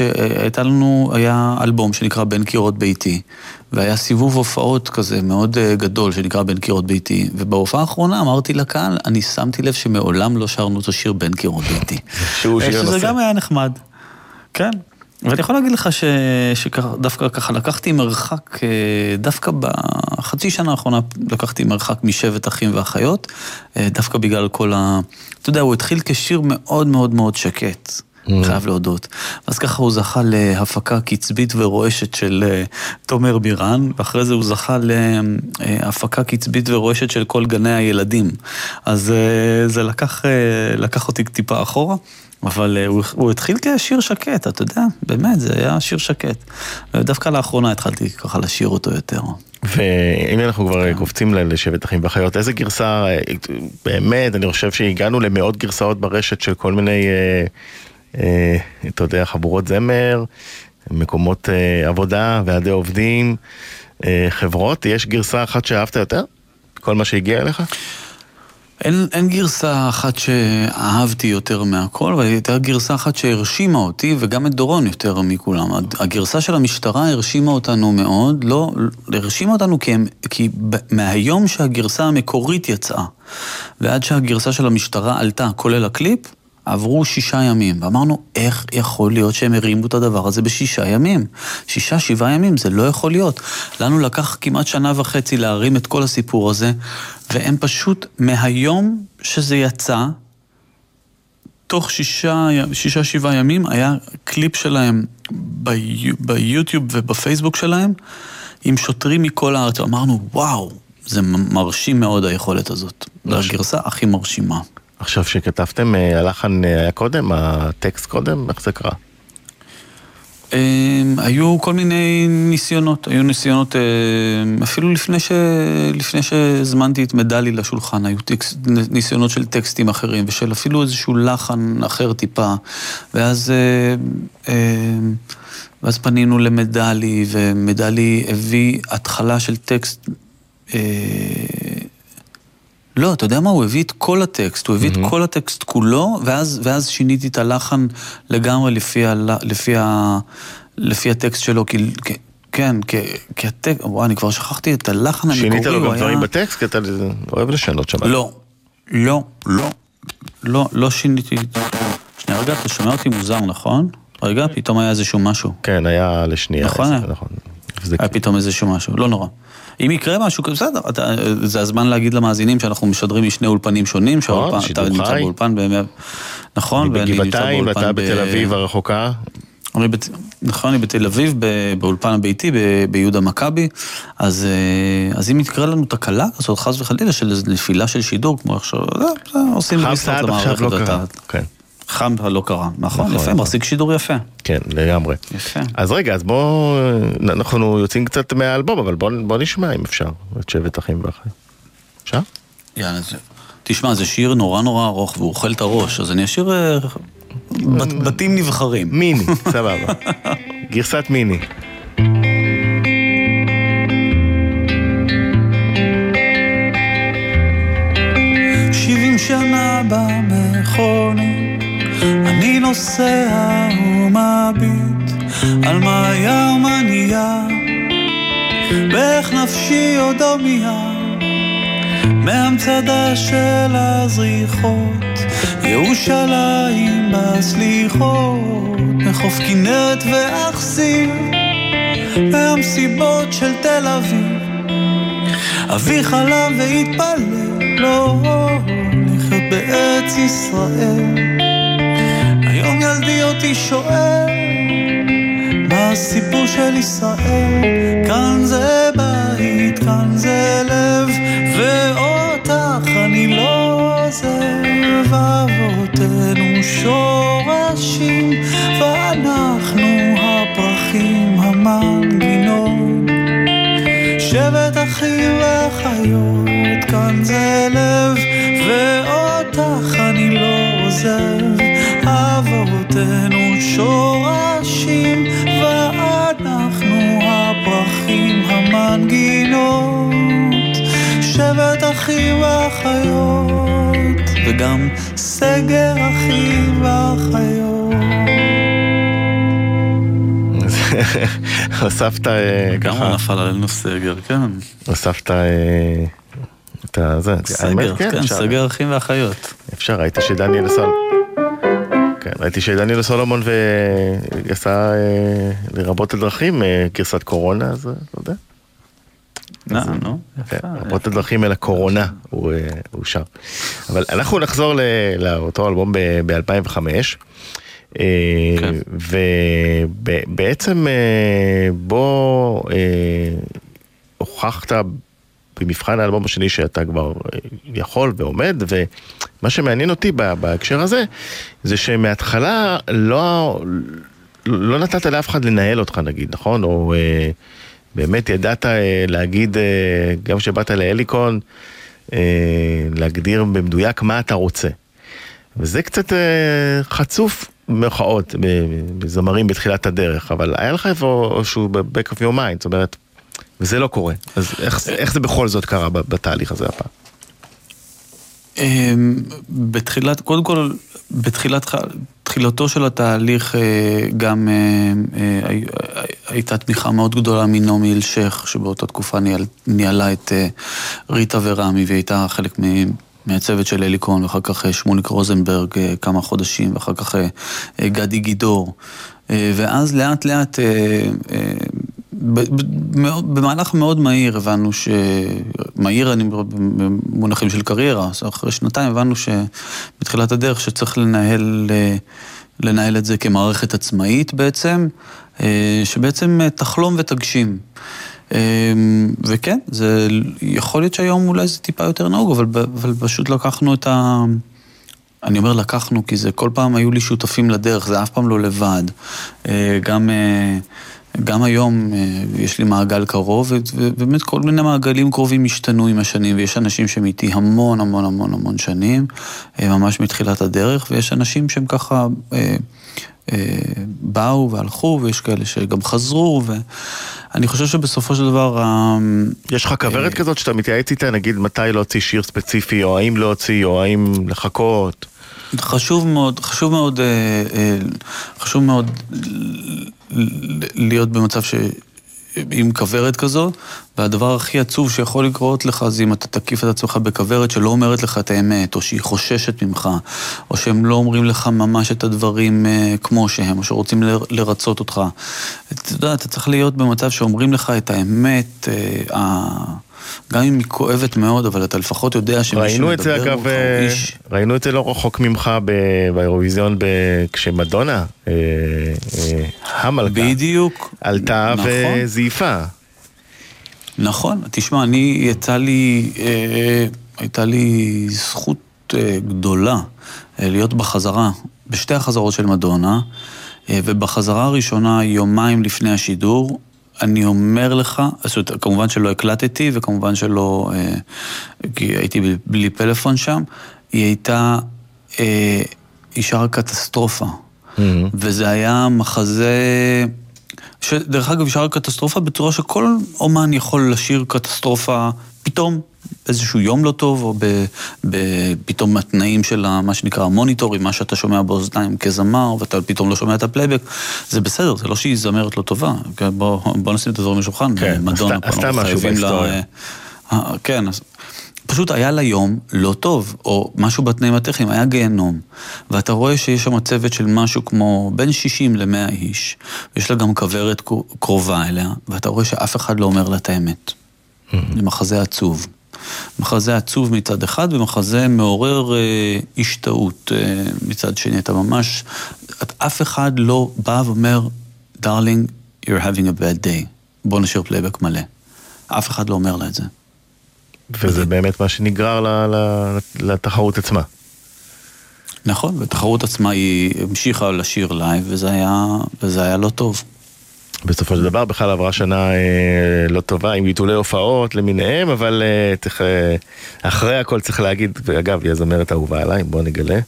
היה אלבום שנקרא בין קירות ביתי, והיה סיבוב הופעות כזה מאוד גדול שנקרא בין קירות ביתי, ובהופעה האחרונה אמרתי לקהל, אני שמתי לב שמעולם לא שרנו את השיר בין קירות ביתי. שזה גם היה נחמד. כן. ואני יכול להגיד לך שדווקא ככה לקחתי מרחק, דווקא בחצי שנה האחרונה לקחתי מרחק משבט אחים ואחיות, דווקא בגלל כל אתה יודע, הוא התחיל כשיר מאוד מאוד מאוד שקט. חייב להודות. אז ככה הוא זכה להפקה קצבית ורועשת של תומר בירן, ואחרי זה הוא זכה להפקה קצבית ורועשת של כל גני הילדים. אז זה לקח אותי טיפה אחורה, אבל הוא התחיל כשיר שקט, אתה יודע, באמת, זה היה שיר שקט. ודווקא לאחרונה התחלתי ככה לשיר אותו יותר. ואם אנחנו כבר קופצים לשבט אחים ואחיות, איזה גרסה, באמת, אני חושב שהגענו למאות גרסאות ברשת של כל מיני אתה יודע, חבורות זמר, מקומות עבודה, ועדי עובדים, חברות. יש גרסה אחת שאהבת יותר? כל מה שהגיע אליך? אין גרסה אחת שאהבתי יותר מהכל, אבל הייתה גרסה אחת שהרשימה אותי, וגם את דורון יותר מכולם. הגרסה של המשטרה הרשימה אותנו מאוד, לא, הרשימה אותנו כי מהיום שהגרסה המקורית יצאה, ועד שהגרסה של המשטרה עלתה, כולל הקליפ, עברו 6 ימים, ואמרנו, איך יכול להיות שהם הרימו את הדבר הזה ב6 ימים? 6-7 ימים, זה לא יכול להיות. לנו לקח כמעט 1.5 שנה להרים את כל הסיפור הזה, והם פשוט, מהיום שזה יצא, תוך 6-7 ימים היה קליפ שלהם ביוטיוב ובפייסבוק שלהם, עם שוטרים מכל הארץ. אמרנו, וואו, זה מרשים מאוד היכולת הזאת. זו הגרסה הכי מרשימה. עכשיו שכתבתם, הלחן היה קודם, הטקסט קודם, איך זה קרה? היו כל מיני ניסיונות, אפילו לפני שהזמנתי את מדלי לשולחן, היו ניסיונות של טקסטים אחרים, ושל אפילו איזשהו לחן אחר טיפה, ואז פנינו למדלי, ומדלי הביא התחלה של טקסט, לא, אתה יודע מה? הוא הביא את כל הטקסט, הוא הביא את כל הטקסט כולו, ואז שיניתי את הלחן לגמרי לפי הטקסט שלו, כן, כי הטקסט, וואי, אני כבר שכחתי את הלחן המקורי, שינית לו גם דברים בטקסט, כי אתה אוהב לשנות שם. לא שיניתי. שנייה, רגע, אתה שומע אותי מוזר, נכון? רגע, פתאום היה איזשהו משהו. כן, היה לשנייה. נכון. היה פתאום איזשהו משהו, לא נורא. אם יקרה משהו כזה, זה הזמן להגיד למאזינים שאנחנו משדרים משני אולפנים שונים, שאתה נמצא באולפן, נכון? בגבעתיים, אתה בתל אביב הרחוקה. נכון, אני בתל אביב, באולפן הביתי, ביהודה מכבי, אז אם יקרה לנו תקלה, אז עוד חס וחלילה של נפילה של שידור, כמו עכשיו, עושים חם עכשיו לא קרה. חם לא קרה, נכון, יפה, מחזיק שידור יפה. כן, לגמרי. יפה. אז רגע, אז בואו, אנחנו יוצאים קצת מהאלבום, אבל בואו נשמע אם אפשר, את שבט אחים ואחים. אפשר? יאללה, תשמע, זה שיר נורא נורא ארוך, והוא אוכל את הראש, אז אני אשאיר בתים נבחרים. מיני, סבבה. גרסת מיני. 70 שנה במכונית, אני נוסע ומביט על מה היה ומה נהיה, באיך נפשי עוד הומיה, מהמצדה של הזריחות, ירושלים בסליחות, מחוף כנרת ואכסיר, מהמסיבות של תל אביב, אבי חלם והתפלל, לא לחיות בארץ ישראל. היום ילדי אותי שואל, מה הסיפור של ישראל? כאן זה בית, כאן זה לב, ואותך אני לא עוזב. אבותינו שורשים, ואנחנו הפרחים המנגינות, שבט אחים ואחיות, כאן זה לב, ואותך אני לא עוזב. אבותינו שורשים, ואנחנו הפרחים המנגינות, שבט אחים ואחיות, וגם סגר אחים ואחיות. הוספת ככה. גם הוא נפל עלינו סגר, כן. הוספת את זה. סגר, כן, סגר אחים ואחיות. אפשר, ראיתי שדניאל סולומון. כן, ראיתי שדניאל סולומון ועשה לרבות הדרכים גרסת קורונה, אז לא יודע. נו. רבות הדרכים אל הקורונה, הוא שר. אבל אנחנו נחזור לאותו אלבום ב-2005, ובעצם בו הוכחת במבחן האלבום השני שאתה כבר יכול ועומד, ומה שמעניין אותי בהקשר הזה, זה שמההתחלה לא נתת לאף אחד לנהל אותך נגיד, נכון? או באמת ידעת להגיד, גם שבאת להליקון, להגדיר במדויק מה אתה רוצה. וזה קצת חצוף מרכאות בזמרים בתחילת הדרך, אבל היה לך איפשהו ב-back of your mind, זאת אומרת, וזה לא קורה. אז איך זה בכל זאת קרה בתהליך הזה הפעם? קודם כל, תחילתו של התהליך גם הייתה תמיכה מאוד גדולה מנעמי אלשיך, שבאותה תקופה ניהלה את ריטה ורמי, והייתה חלק מהצוות של אליקון, ואחר כך שמוליק רוזנברג כמה חודשים, ואחר כך גדי גידור. ואז לאט לאט במהלך מאוד מהיר הבנו מהיר אני במונחים של קריירה, אחרי שנתיים הבנו שבתחילת הדרך שצריך לנהל את זה כמערכת עצמאית בעצם, שבעצם תחלום ותגשים. וכן, זה יכול להיות שהיום אולי זה טיפה יותר נהוג, אבל פשוט לקחנו אני אומר לקחנו, כי זה כל פעם היו לי שותפים לדרך, זה אף פעם לא לבד. גם היום יש לי מעגל קרוב, ובאמת כל מיני מעגלים קרובים השתנו עם השנים, ויש אנשים שהם איתי המון המון המון המון שנים, ממש מתחילת הדרך, ויש אנשים שהם ככה באו והלכו, ויש כאלה שגם חזרו, ואני חושב שבסופו של דבר... יש לך כברת כזאת שאתה מתייעץ איתה, נגיד מתי להוציא שיר ספציפי, או האם להוציא, או האם לחכות? חשוב מאוד להיות במצב עם כברת כזאת, והדבר הכי עצוב שיכול לקרות לך זה אם אתה תקיף את עצמך בכברת שלא אומרת לך את האמת, או שהיא חוששת ממך, או שהם לא אומרים לך ממש את הדברים כמו שהם, או שרוצים לרצות אותך. אתה יודע, אתה צריך להיות במצב שאומרים לך את האמת, גם אם היא כואבת מאוד, אבל אתה לפחות יודע שמישהו מדבר אותך, ראינו את זה לא רחוק ממך באירוויזיון, כשמדונה, המלכה, בדיוק, עלתה וזייפה. נכון, תשמע, הייתה לי זכות גדולה להיות בחזרה, בשתי החזרות של מדונה, ובחזרה הראשונה, יומיים לפני השידור, אני אומר לך, כמובן שלא הקלטתי, וכמובן שלא, כי הייתי בלי פלאפון שם, היא הייתה אישה קטסטרופה. וזה היה מחזה, דרך אגב, אישה קטסטרופה בצורה שכל אומן יכול לשיר קטסטרופה פתאום, איזשהו יום לא טוב, או פתאום התנאים של מה שנקרא המוניטורים, מה שאתה שומע באוזניים כזמר, ואתה פתאום לא שומע את הפלייבק, זה בסדר, זה לא שהיא זמרת לא טובה. בוא נשים את הדברים לשולחן, מדונה, עשתה משהו בהיסטוריה. כן, פשוט היה לה יום לא טוב, או משהו בתנאים הטכניים, היה גיהנום, ואתה רואה שיש שם צוות של משהו כמו בין 60 ל-100 איש, ויש לה גם כברת קרובה אליה, ואתה רואה שאף אחד לא אומר לה את האמת. זה מחזה עצוב. מחזה עצוב מצד אחד, ומחזה מעורר השתאות מצד שני. אתה ממש, אף אחד לא בא ואומר, darling, you're having a bad day. בוא נשאיר פלייבק מלא. אף אחד לא אומר לה את זה. וזה באמת מה שנגרר לתחרות עצמה. נכון, והתחרות עצמה היא המשיכה לשיר לייב, וזה היה לא טוב. בסופו של דבר בכלל עברה שנה לא טובה, עם ביטולי הופעות למיניהם, אבל אחרי הכל צריך להגיד, ואגב, היא הזמרת האהובה עליי, בוא נגלה.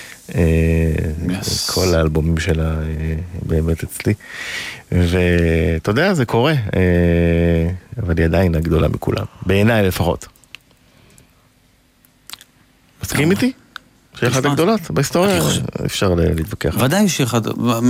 כל האלבומים שלה באמת אצלי. ואתה יודע, זה קורה, אבל היא עדיין הגדולה מכולם. בעיניי לפחות. מסכים איתי? שהיא אחת הגדולות בהיסטוריה, אפשר להתווכח. ודאי שהיא אחת,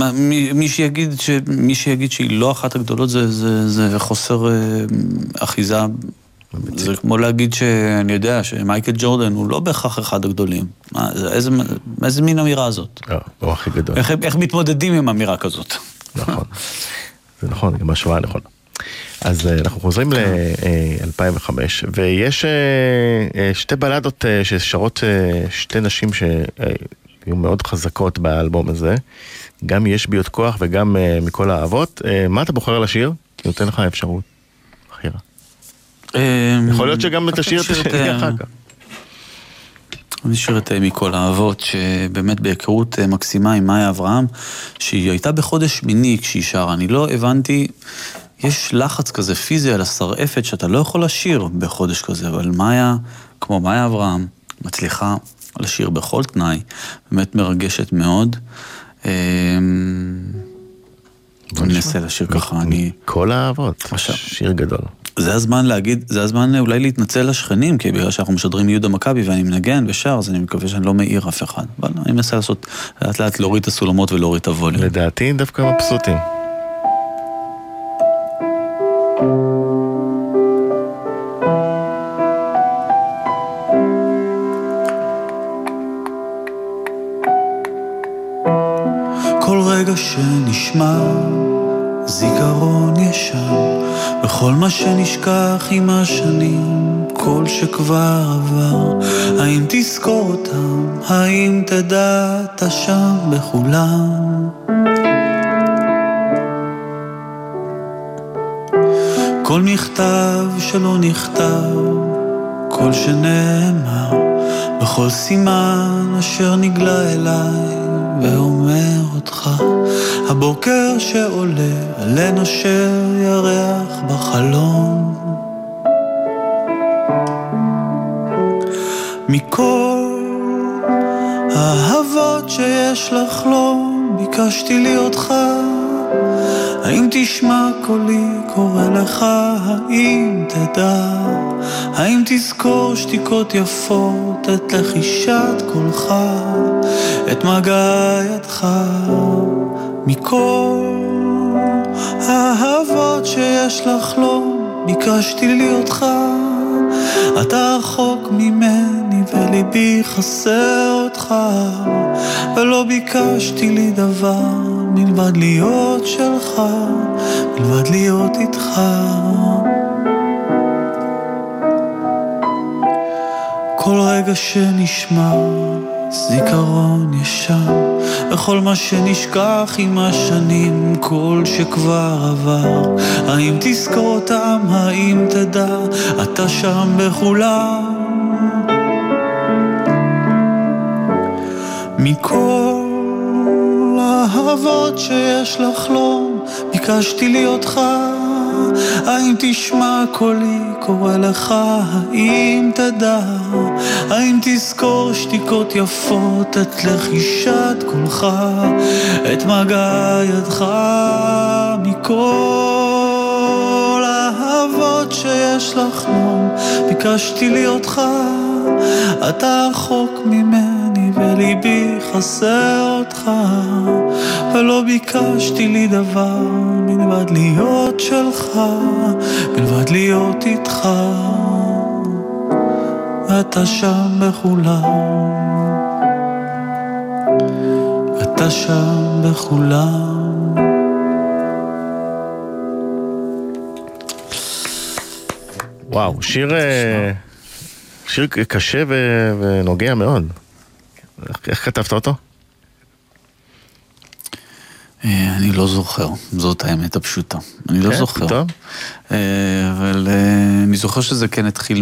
מי שיגיד שהיא לא אחת הגדולות זה חוסר אחיזה. זה כמו להגיד שאני יודע שמייקל ג'ורדן הוא לא בהכרח אחד הגדולים. איזה מין אמירה הזאת? לא הכי גדול. איך מתמודדים עם אמירה כזאת? נכון, זה נכון, גם השוואה נכונה. אז אנחנו חוזרים ל-2005, ויש שתי בלדות ששרות שתי נשים שהיו מאוד חזקות באלבום הזה, גם יש בי עוד כוח וגם מכל האהבות. מה אתה בוחר לשיר? כי נותן לך אפשרות. בחירה. יכול להיות שגם תשאיר את השני אחר כך. אני שיר את מכל האהבות, שבאמת בהיכרות מקסימה עם מאיה אברהם, שהיא הייתה בחודש שמיני כשהיא שרה. אני לא הבנתי, יש לחץ כזה פיזי על השרעפת שאתה לא יכול לשיר בחודש כזה, אבל מאיה, כמו מאיה אברהם, מצליחה לשיר בכל תנאי, באמת מרגשת מאוד. אני אנסה לשיר ככה, כל האהבות, שיר גדול. זה הזמן להגיד, זה הזמן אולי להתנצל לשכנים, כי בגלל שאנחנו משדרים יהודה מכבי ואני מנגן ושר, אז אני מקווה שאני לא מאיר אף אחד. אבל אני מנסה לעשות, לאט לאט להוריד את הסולמות ולהוריד את הווליום. לדעתי דווקא מבסוטים. כל רגע שנשמע זיכרון ישן וכל מה שנשכח עם השנים, כל שכבר עבר, האם תזכור אותם, האם תדע אתה שם בכולם. כל מכתב שלא נכתב, כל שנאמר, בכל סימן אשר נגלה אליי ואומר אותך, הבוקר שעולה עלינו אשר ירח בחלום. מכל האהבות שיש לחלום ביקשתי ליותך, האם תשמע קולי קורא לך, האם תדע, האם תזכור שתיקות יפות, את לחישת קולך, את מגע ידך. מכל האהבות שיש לחלום ביקשתי ליותך, אתה רחוק ממני וליבי חסר אותך, ולא ביקשתי לי דבר מלבד להיות שלך, מלבד להיות איתך. כל רגע שנשמע זיכרון ישן, וכל מה שנשכח עם השנים, כל שכבר עבר, האם תזכור אותם, האם תדע אתה שם בכולם. מכל האהבות שיש לחלום ביקשתי ליותך, האם תשמע קולי קורא לך, האם תדע, האם תזכור שתיקות יפות, את לחישת קולך, את מגע ידך. מכל האהבות שיש לחלום ביקשתי ליותך, אתה רחוק ממני וליבי חסר אותך, ולא ביקשתי לי דבר מלבד להיות שלך, מלבד להיות איתך, ואתה שם בכולם, אתה שם בכולם. וואו, שיר קשה ונוגע מאוד. איך כתבת אותו? אני לא זוכר, זאת האמת הפשוטה. אני לא זוכר. טוב. אבל אני זוכר שזה כן התחיל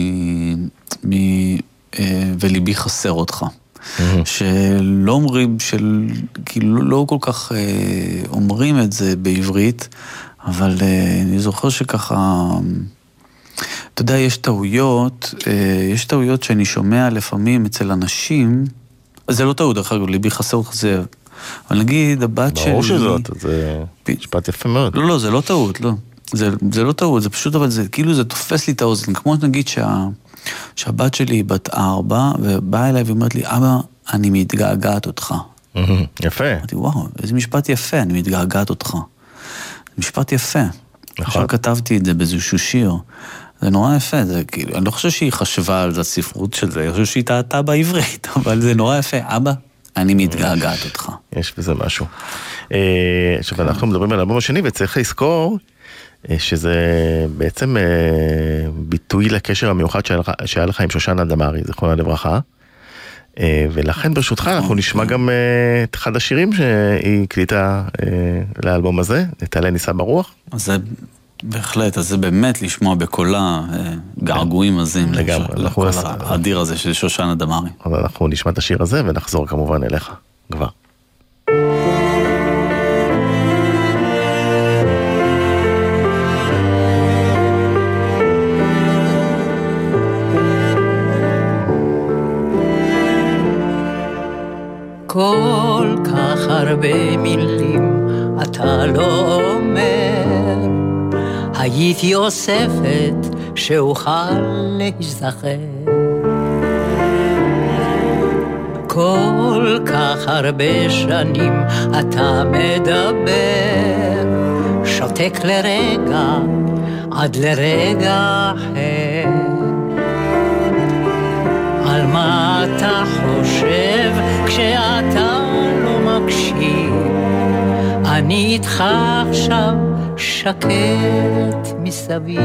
וליבי חסר אותך. שלא אומרים, כאילו לא כל כך אומרים את זה בעברית, אבל אני זוכר שככה, אתה יודע, יש טעויות שאני שומע לפעמים אצל אנשים, זה לא טעות, אחר כך, ליבי חסר אותך, זה, אבל נגיד, הבת שלי... ברור שזאת, זה משפט יפה מאוד. לא, זה לא טעות, לא. זה לא טעות, זה פשוט, אבל זה כאילו זה תופס לי את האוזן, כמו נגיד שהבת שלי היא בת 4, ובאה אליי ואומרת לי, אבא, אני מתגעגעת אותך. יפה. אמרתי, וואו, איזה משפט יפה, אני מתגעגעת אותך. משפט יפה. עכשיו כתבתי את זה באיזשהו שיר. זה נורא יפה, זה כאילו, אני לא חושב שהיא חשבה על הספרות של זה, אני חושב שהיא טעתה בעברית, אבל זה נורא יפה. אבא, אני מתגעגעת אותך. יש בזה משהו. עכשיו, אנחנו מדברים על האלבום השני, וצריך לזכור שזה בעצם ביטוי לקשר המיוחד שהיה לך עם שושנה דמארי, זכרונה לברכה. ולכן ברשותך אנחנו נשמע גם את אחד השירים שהיא הקליטה לאלבום הזה, את עלה ניסה ברוח. אז זה בהחלט, אז זה באמת לשמוע בקולה געגועים עזים לכל האדיר הזה של שושנה דמארי. אז אנחנו נשמע את השיר הזה ונחזור כמובן אליך כבר. כל כך הרבה מילים אתה לא אומר, הייתי אוספת שאוכל להיזכר. כל כך הרבה שנים אתה מדבר, שותק לרגע עד לרגע אחר. על מה אתה חושב כשאתה לא מקשיב? אני איתך עכשיו שקט מסביב.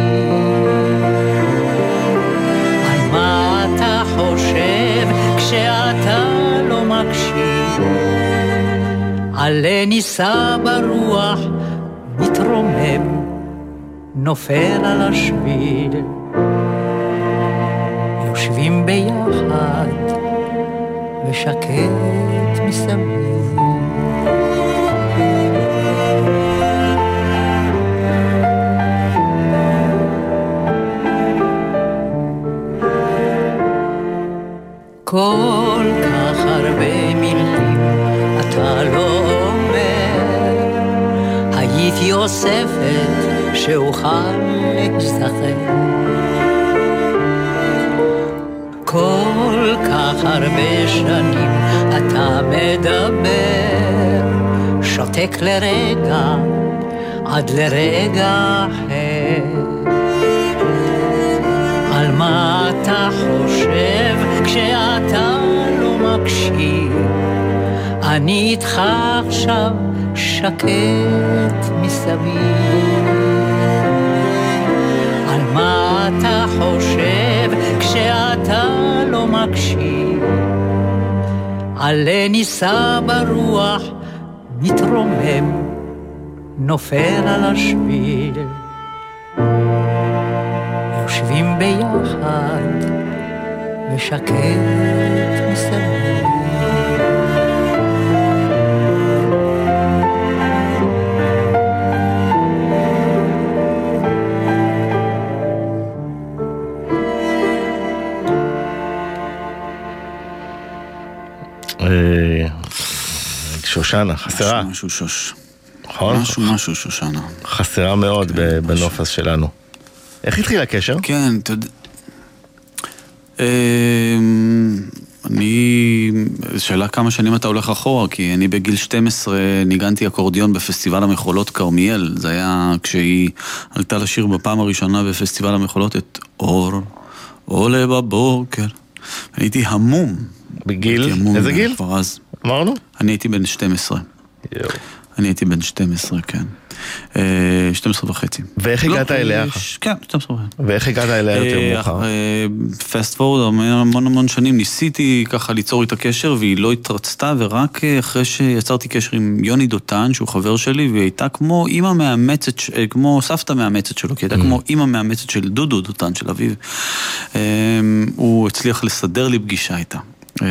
על מה אתה חושב כשאתה לא מקשיב? עלה ניסה ברוח, מתרומם, נופל על השביל. יושבים ביחד ושקט מסביב. כל כך הרבה מילים אתה לא אומר, הייתי אוספת שאוכל להיזכר. כל כך הרבה שנים אתה מדבר, שותק לרגע עד לרגע אחר. על מה אתה חושב כשאתה לא מקשיב? אני איתך עכשיו שקט מסביב. על מה אתה חושב כשאתה לא מקשיב? עלה ניסה ברוח, מתרומם, נופל על השביל. יושבים ביחד ושקט מסביב. שושנה, חסרה. משהו שוש. נכון? משהו שושנה. חסרה מאוד בנופס שלנו. איך התחיל הקשר? כן, אתה יודע. שאלה כמה שנים אתה הולך אחורה, כי אני בגיל 12 ניגנתי אקורדיון בפסטיבל המחולות כרמיאל. זה היה כשהיא עלתה לשיר בפעם הראשונה בפסטיבל המחולות את אור, עולה בבוקר. הייתי המום. בגיל? איזה גיל? אמרנו? אני הייתי בן 12. אני הייתי בן 12, כן. 12 וחצי. ואיך הגעת אליה? כן, 12 וחצי. ואיך הגעת אליה יותר מאוחר? פסט פורוד, המון שנים ניסיתי ככה ליצור איתה קשר, והיא לא התרצתה, ורק אחרי שיצרתי קשר עם יוני דותן, שהוא חבר שלי, והיא הייתה כמו אמא מאמצת, כמו סבתא מאמצת שלו, כי הייתה כמו אמא מאמצת של דודו דותן, של אביו. הוא הצליח לסדר לי פגישה איתה.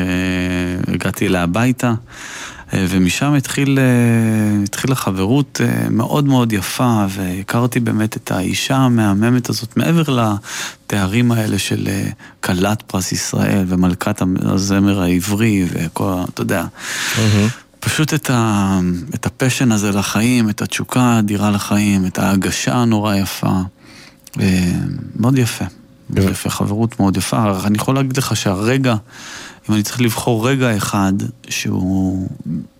הגעתי אליה הביתה, ומשם התחילה חברות מאוד מאוד יפה, והכרתי באמת את האישה המהממת הזאת, מעבר לתארים האלה של קלת פרס ישראל, ומלכת הזמר העברי, וכל, אתה יודע, פשוט את הפשן הזה לחיים, את התשוקה האדירה לחיים, את ההגשה הנורא יפה, מאוד יפה, מאוד יפה, חברות מאוד יפה. אני יכול להגיד לך שהרגע, אם אני צריך לבחור רגע אחד שהוא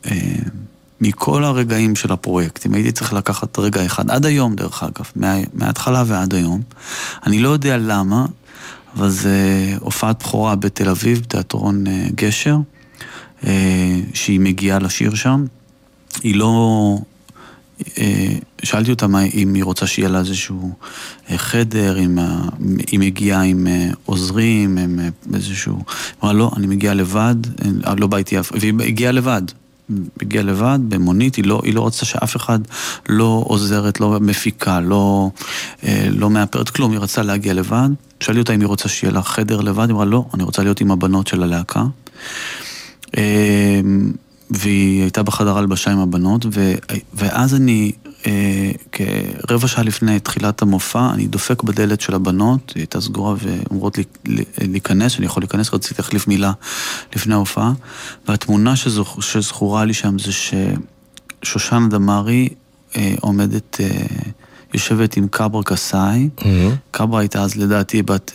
מכל הרגעים של הפרויקט, אם הייתי צריך לקחת רגע אחד, עד היום דרך אגב, מההתחלה ועד היום, אני לא יודע למה, אבל זה הופעת בחורה בתל אביב, תיאטרון גשר, שהיא מגיעה לשיר שם, היא לא... שאלתי אותה אם היא רוצה שיהיה לה איזשהו חדר, אם היא מגיעה עם עוזרים, עם איזשהו... היא אמרה, לא, אני מגיעה לבד, לא באיתי אף... והיא הגיעה לבד. הגיעה לבד, במונית, היא לא רוצה שאף אחד לא עוזרת, לא מפיקה, לא מאפרת כלום, היא רצה להגיע לבד. שאלתי אותה אם היא רוצה שיהיה לה חדר לבד, היא אמרה, לא, אני רוצה להיות עם הבנות של הלהקה. והיא הייתה בחדר הלבשה עם הבנות, ואז אני, כרבע שעה לפני תחילת המופע, אני דופק בדלת של הבנות, היא הייתה סגורה ואומרות לי להיכנס, אני יכול להיכנס, רציתי להחליף מילה לפני ההופעה, והתמונה שזכורה לי שם זה ששושנה דמארי עומדת, יושבת עם קברה קסאי, קברה הייתה אז לדעתי בת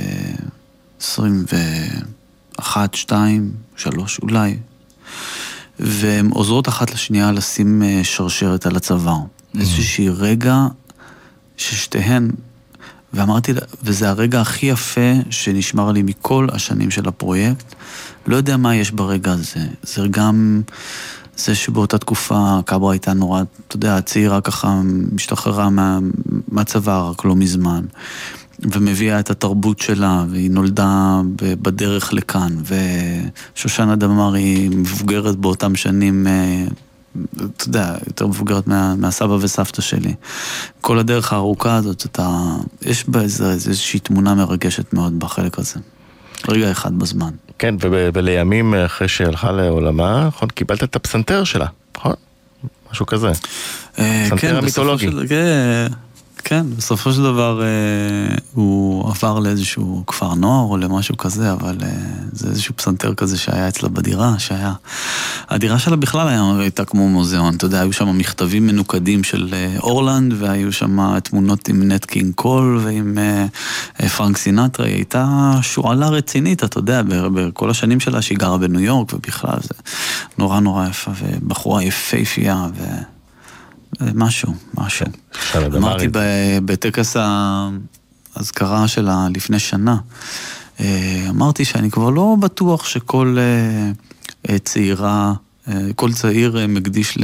21, 2, 3 אולי, והן עוזרות אחת לשנייה לשים שרשרת על הצוואר. איזושהי רגע ששתיהן, ואמרתי, וזה הרגע הכי יפה שנשמר לי מכל השנים של הפרויקט, לא יודע מה יש ברגע הזה. זה שבאותה תקופה קברה הייתה נורא, אתה יודע, הצעירה ככה משתחררה מהצבא רק לא מזמן, ומביאה את התרבות שלה, והיא נולדה בדרך לכאן, ושושנה דמארי מבוגרת באותם שנים, אתה יודע, יותר מבוגרת מהסבא וסבתא שלי. כל הדרך הארוכה הזאת, יש בה איזושהי תמונה מרגשת מאוד בחלק הזה. רגע אחד בזמן. כן, ולימים אחרי שהלכה לעולמה, נכון, קיבלת את הפסנתר שלה, נכון? משהו כזה. פסנתר המיתולוגי. כן, בסופו של דבר הוא עבר לאיזשהו כפר נוער או למשהו כזה, אבל זה איזשהו פסנתר כזה שהיה אצלה בדירה, הדירה שלה בכלל הייתה כמו מוזיאון, אתה יודע, היו שם מכתבים מנוקדים של אורלנד, והיו שם תמונות עם נט קינג קול ועם פרנק סינטרה, היא הייתה שואלה רצינית, אתה יודע, בכל השנים שלה שהיא גרה בניו יורק, ובכלל זה נורא נורא יפה, ובחורה יפהפייה, משהו. אמרתי בטקס ההזכרה שלה לפני שנה, אמרתי שאני כבר לא בטוח שכל צעירה, כל צעיר מקדיש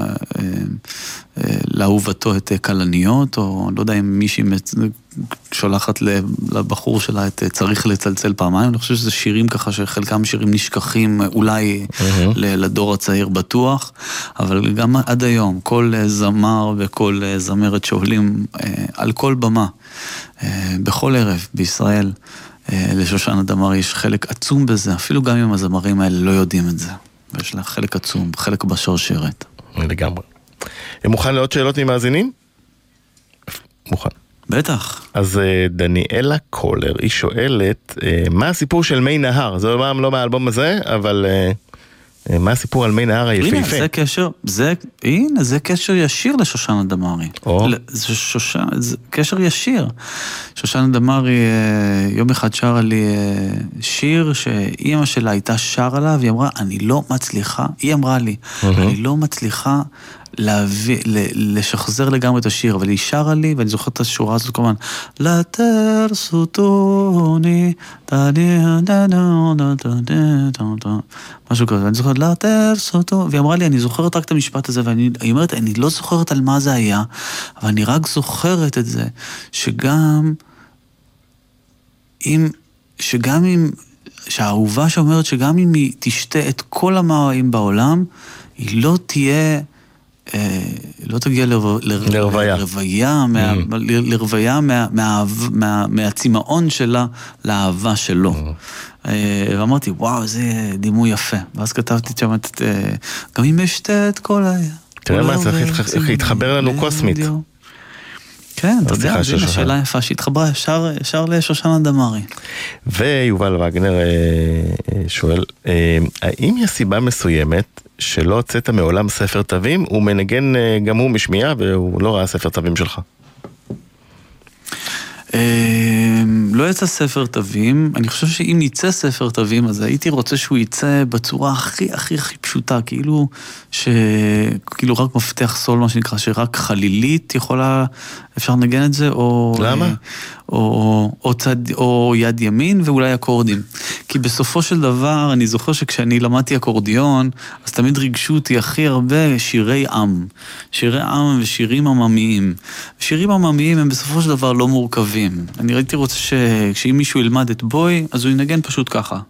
לאהובתו את קלניות, או לא יודע אם מישהי שולחת לבחור שלה את צריך לצלצל פעמיים. אני חושב שזה שירים ככה שחלקם שירים נשכחים אולי לדור הצעיר בטוח, אבל גם עד היום כל זמר וכל זמרת שעולים על כל במה בכל ערב בישראל, לשושנה דמארי יש חלק עצום בזה, אפילו גם אם הזמרים האלה לא יודעים את זה. ויש לה חלק עצום, חלק בשרשרת. לגמרי. מוכן לעוד שאלות ממאזינים? מוכן. בטח. אז דניאלה קולר, היא שואלת, מה הסיפור של מי נהר? זה לא מהאלבום הזה, אבל מה הסיפור על מי נהר היפהפה? הנה, זה קשר ישיר לשושנה דמארי. זה קשר ישיר. שושנה דמארי יום אחד שרה לי שיר שאימא שלה הייתה שרה עליו, והיא אמרה, אני לא מצליחה, היא אמרה לי, אני לא מצליחה לשחזר לגמרי את השיר, אבל היא שרה לי, ואני זוכרת את השורה הזאת כמובן, לטרסוטוני, משהו כזה, ואני זוכרת, לטרסוטוני, והיא אמרה לי, אני זוכרת רק את המשפט הזה, והיא אומרת, אני לא זוכרת על מה זה היה, אבל אני רק זוכרת את זה, שגם אם, שהאהובה שאומרת שגם אם היא תשתה את כל המים בעולם, היא לא תהיה, לא תגיע לרוויה מהצימאון שלה לאהבה שלו. ואמרתי, וואו, זה דימוי יפה. ואז כתבתי שם, גם אם אשתה את כל תראה מה צריך להתחבר לנו קוסמית. כן, אתה יודע, זו שאלה יפה שהתחברה ישר לשושנה דמארי. ויובל וגנר שואל, האם יש סיבה מסוימת שלא הוצאת מעולם ספר תווים? הוא מנגן גם הוא משמיעה והוא לא ראה ספר תווים שלך. לא יצא ספר תווים, אני חושב שאם יצא ספר תווים, אז הייתי רוצה שהוא יצא בצורה הכי פשוטה, כאילו רק מפתח סול, מה שנקרא, שרק חלילית יכולה, אפשר לנגן את זה, או... למה? או יד ימין ואולי אקורדים. כי בסופו של דבר, אני זוכר שכשאני למדתי אקורדיון, אז תמיד ריגשו אותי הכי הרבה שירי עם. שירי עם ושירים עממיים. שירים עממיים הם בסופו של דבר לא מורכבים. אני הייתי רוצה שאם מישהו ילמד את בוי, אז הוא ינגן פשוט ככה.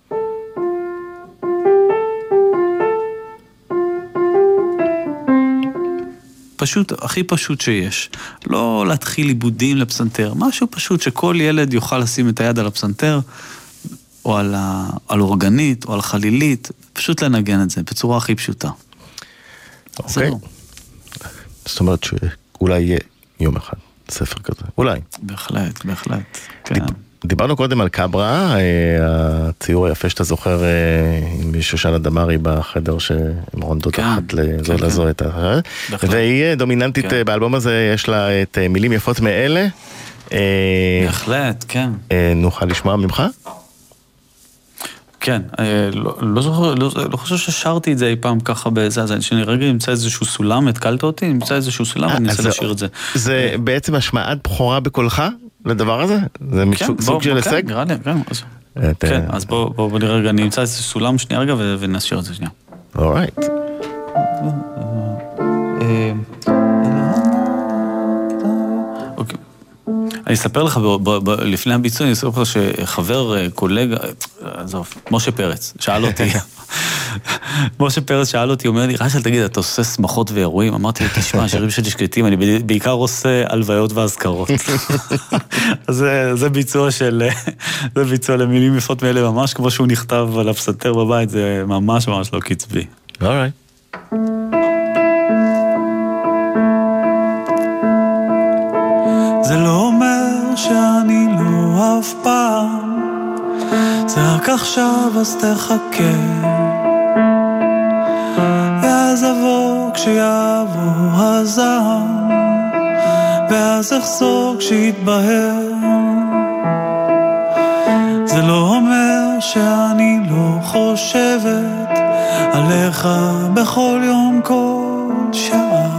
פשוט, הכי פשוט שיש. לא להתחיל עיבודים לפסנתר, משהו פשוט שכל ילד יוכל לשים את היד על הפסנתר, או על אורגנית, או על חלילית, פשוט לנגן את זה, בצורה הכי פשוטה. אוקיי. זאת אומרת שאולי יהיה יום אחד ספר כזה, אולי. בהחלט. כן. דיברנו קודם על קברה, הציור היפה שאתה זוכר עם שושנה דמארי בחדר שהן רונדות אחת לזו את האחרת, והיא דומיננטית באלבום הזה, יש לה את מילים יפות מאלה. בהחלט, כן. נוכל לשמוע ממך? כן, לא חושב ששרתי את זה אי פעם ככה בזה, אז שאני רגע נמצא איזשהו סולם, התקלת אותי, נמצא איזשהו סולם ואני אנסה לשיר את זה. זה בעצם השמעת בחורה בקולך לדבר הזה? זה סוג של הישג? נראה לי, כן, אז בוא נראה רגע, אני אמצא איזשהו סולם שנייה רגע ונשיר את זה שנייה. אורייט. אוקיי. אני אספר לך, לפני הביצוע, אני אספר לך שחבר, קולגה, עזוב, משה פרץ, שאל אותי, משה פרץ שאל אותי, אומר לי, רשל, תגיד, אתה עושה שמחות ואירועים? אמרתי לו, תשמע, שירים שלי שקטים, אני בעיקר עושה הלוויות והזכרות. אז זה ביצוע זה ביצוע למילים יפות מאלה ממש, כמו שהוא נכתב על הפסנתר בבית, זה ממש ממש לא קצבי. אולי. זה לא אומר שאני לא אף פעם, זה רק עכשיו אז תחכה, ואז אבוא כשיעבור הזעם, ואז אחזור כשיתבהר. זה לא אומר שאני לא חושבת עליך בכל יום כל שעה,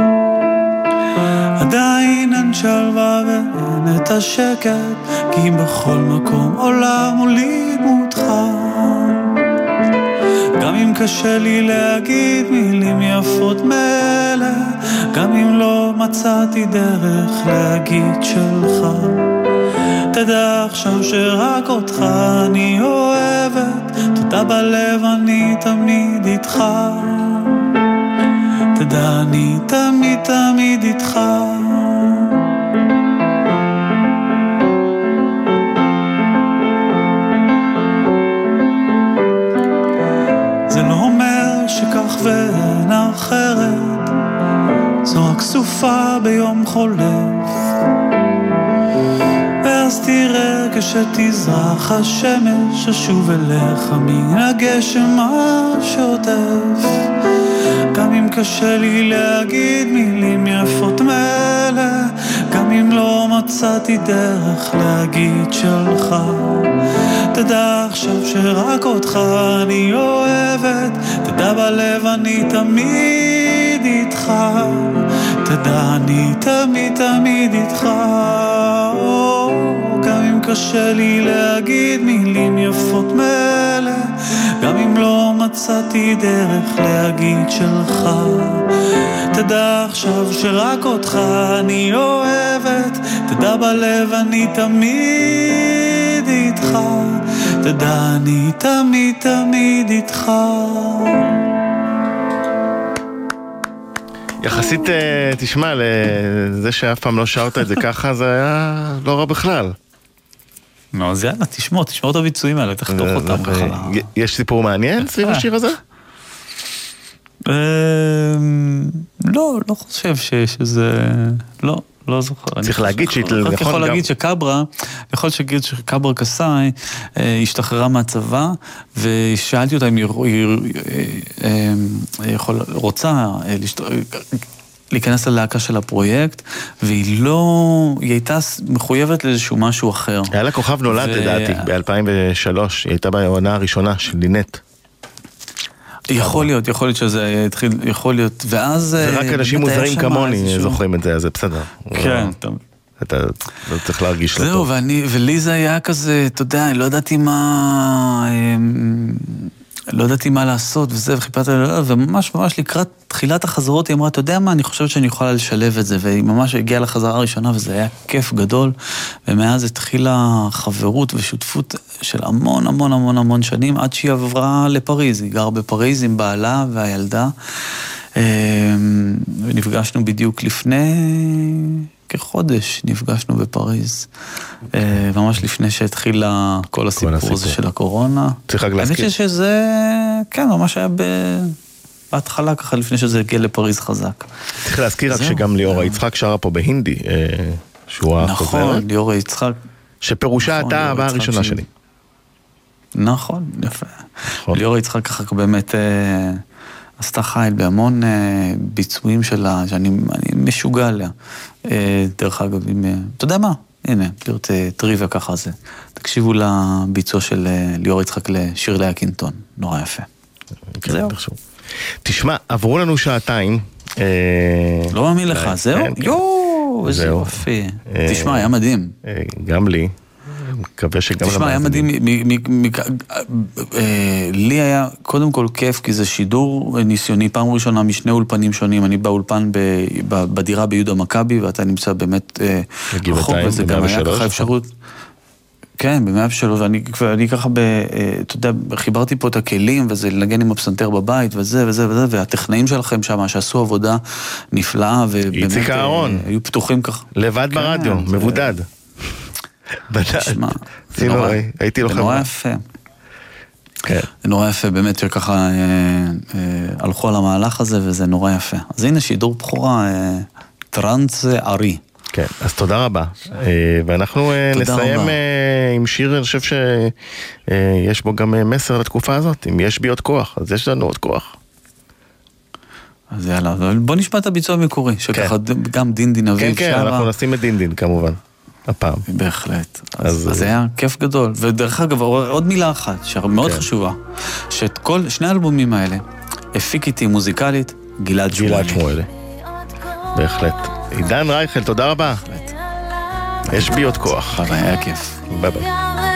עדיין אין שלווה ואין את השקט, כי בכל מקום עולם מולי דמותך. גם אם קשה לי להגיד מילים יפות מאלה, גם אם לא מצאתי דרך להגיד שלך, תדע עכשיו שרק אותך אני אוהבת, תודה בלב אני תמיד איתך, תדע אני תמיד תמיד איתך. זה לא אומר שכך ואין אחרת, זו רק סופה ביום חולף, ואז תראה כשתזרח השמש אשוב אליך מן הגשם השוטף. גם אם קשה לי להגיד מילים יפות מאלה, גם אם לא מצאתי דרך להגיד שלך, תדע עכשיו שרק אותך אני אוהבת, תדע בלב אני תמיד איתך, תדע אני תמיד תמיד איתך. גם אם קשה לי להגיד מילים יפות מאלה, גם אם לא מצאתי דרך להגיד שלך, תדע עכשיו שרק אותך אני אוהבת, תדע בלב אני תמיד איתך, תדע אני תמיד תמיד איתך. יחסית, תשמע, לזה שאף פעם לא שרת את זה ככה, זה היה לא רע בכלל. לא, אז יאללה, תשמור את הביצועים האלה, תחתוך אותם ככה. יש סיפור מעניין סביב השיר הזה? לא חושב שזה... לא זוכר. צריך להגיד רק יכול להגיד שקברה, יכול להגיד שקברה קסאי השתחררה מהצבא, ושאלתי אותה אם היא רוצה להיכנס ללהקה של הפרויקט, והיא הייתה מחויבת לאיזשהו משהו אחר. היה לה כוכב נולד לדעתי, ב-2003, היא הייתה בעונה הראשונה של לינט. יכול להיות שזה התחיל, יכול להיות, ואז... זה רק אנשים מוזרים כמוני זוכרים את זה, אז זה בסדר. כן, טוב. אתה לא צריך להרגיש לו טוב. זהו, ולי זה היה כזה, אתה יודע, לא ידעתי מה לעשות, וזה, וחיפרתי, וממש לקראת תחילת החזרות, היא אמרה, אתה יודע מה, אני חושבת שאני יכולה לשלב את זה, והיא ממש הגיעה לחזרה הראשונה, וזה היה כיף גדול, ומאז התחילה חברות ושותפות של המון שנים, עד שהיא עברה לפריז, היא גרה בפריז עם בעלה והילדה, ונפגשנו בדיוק לפני כחודש, נפגשנו בפריז, ממש לפני שהתחיל כל הסיפור הזה של הקורונה. צריך רק להזכיר. האמת שזה, כן, ממש היה בהתחלה ככה, לפני שזה הגיע לפריז חזק. צריך להזכיר רק שגם ליאורה יצחק שרה פה בהינדי, שהוא החוזרת. נכון, ליאורה יצחק. שפירושה אתה הבאה הראשונה שלי. נכון, יפה. ליאורה יצחק ככה באמת עשתה חייל בהמון ביצועים שלה, שאני משוגע עליה. דרך אגב, אתה יודע מה? הנה, פרט טריוויה ככה זה. תקשיבו לביצוע של ליאור יצחק לשיר לאה קינטון. נורא יפה. זהו. תשמע, עברו לנו שעתיים. לא מאמין לך, זהו? יואו, איזה יופי. תשמע, היה מדהים. גם לי. מקווה שגם... תשמע, היה מדהים, לי היה קודם כל כיף, כי זה שידור ניסיוני, פעם ראשונה משני אולפנים שונים, אני באולפן בדירה ביהודה מכבי, ואתה נמצא באמת רחוק, וזה גם היה ככה אפשרות. כן, ב-103, ואני ככה, אתה יודע, חיברתי פה את הכלים, וזה לנגן עם הפסנתר בבית, וזה וזה וזה, והטכנאים שלכם שם, שעשו עבודה נפלאה, ובאמת היו פתוחים ככה. לבד ברדיו, מבודד. תשמע, זה נורא יפה. זה נורא יפה, באמת שככה הלכו על המהלך הזה, וזה נורא יפה. אז הנה שידור בחורה, טרנס ארי. כן, אז תודה רבה. ואנחנו נסיים עם שיר, אני חושב שיש בו גם מסר לתקופה הזאת, אם יש בי עוד כוח, אז יש לנו עוד כוח. אז יאללה, בוא נשמע את הביצוע המקורי, שככה גם דין אביב שרה. כן, אנחנו נשים את דין כמובן, הפעם. בהחלט. אז זה היה כיף גדול. ודרך אגב, עוד מילה אחת, שמאוד חשובה, שאת כל שני האלבומים האלה, הפיק איתי מוזיקלית, גלעד שמואלי. בהחלט. עידן רייכל, תודה רבה. יש בי עוד כוח. היה כיף. ביי ביי.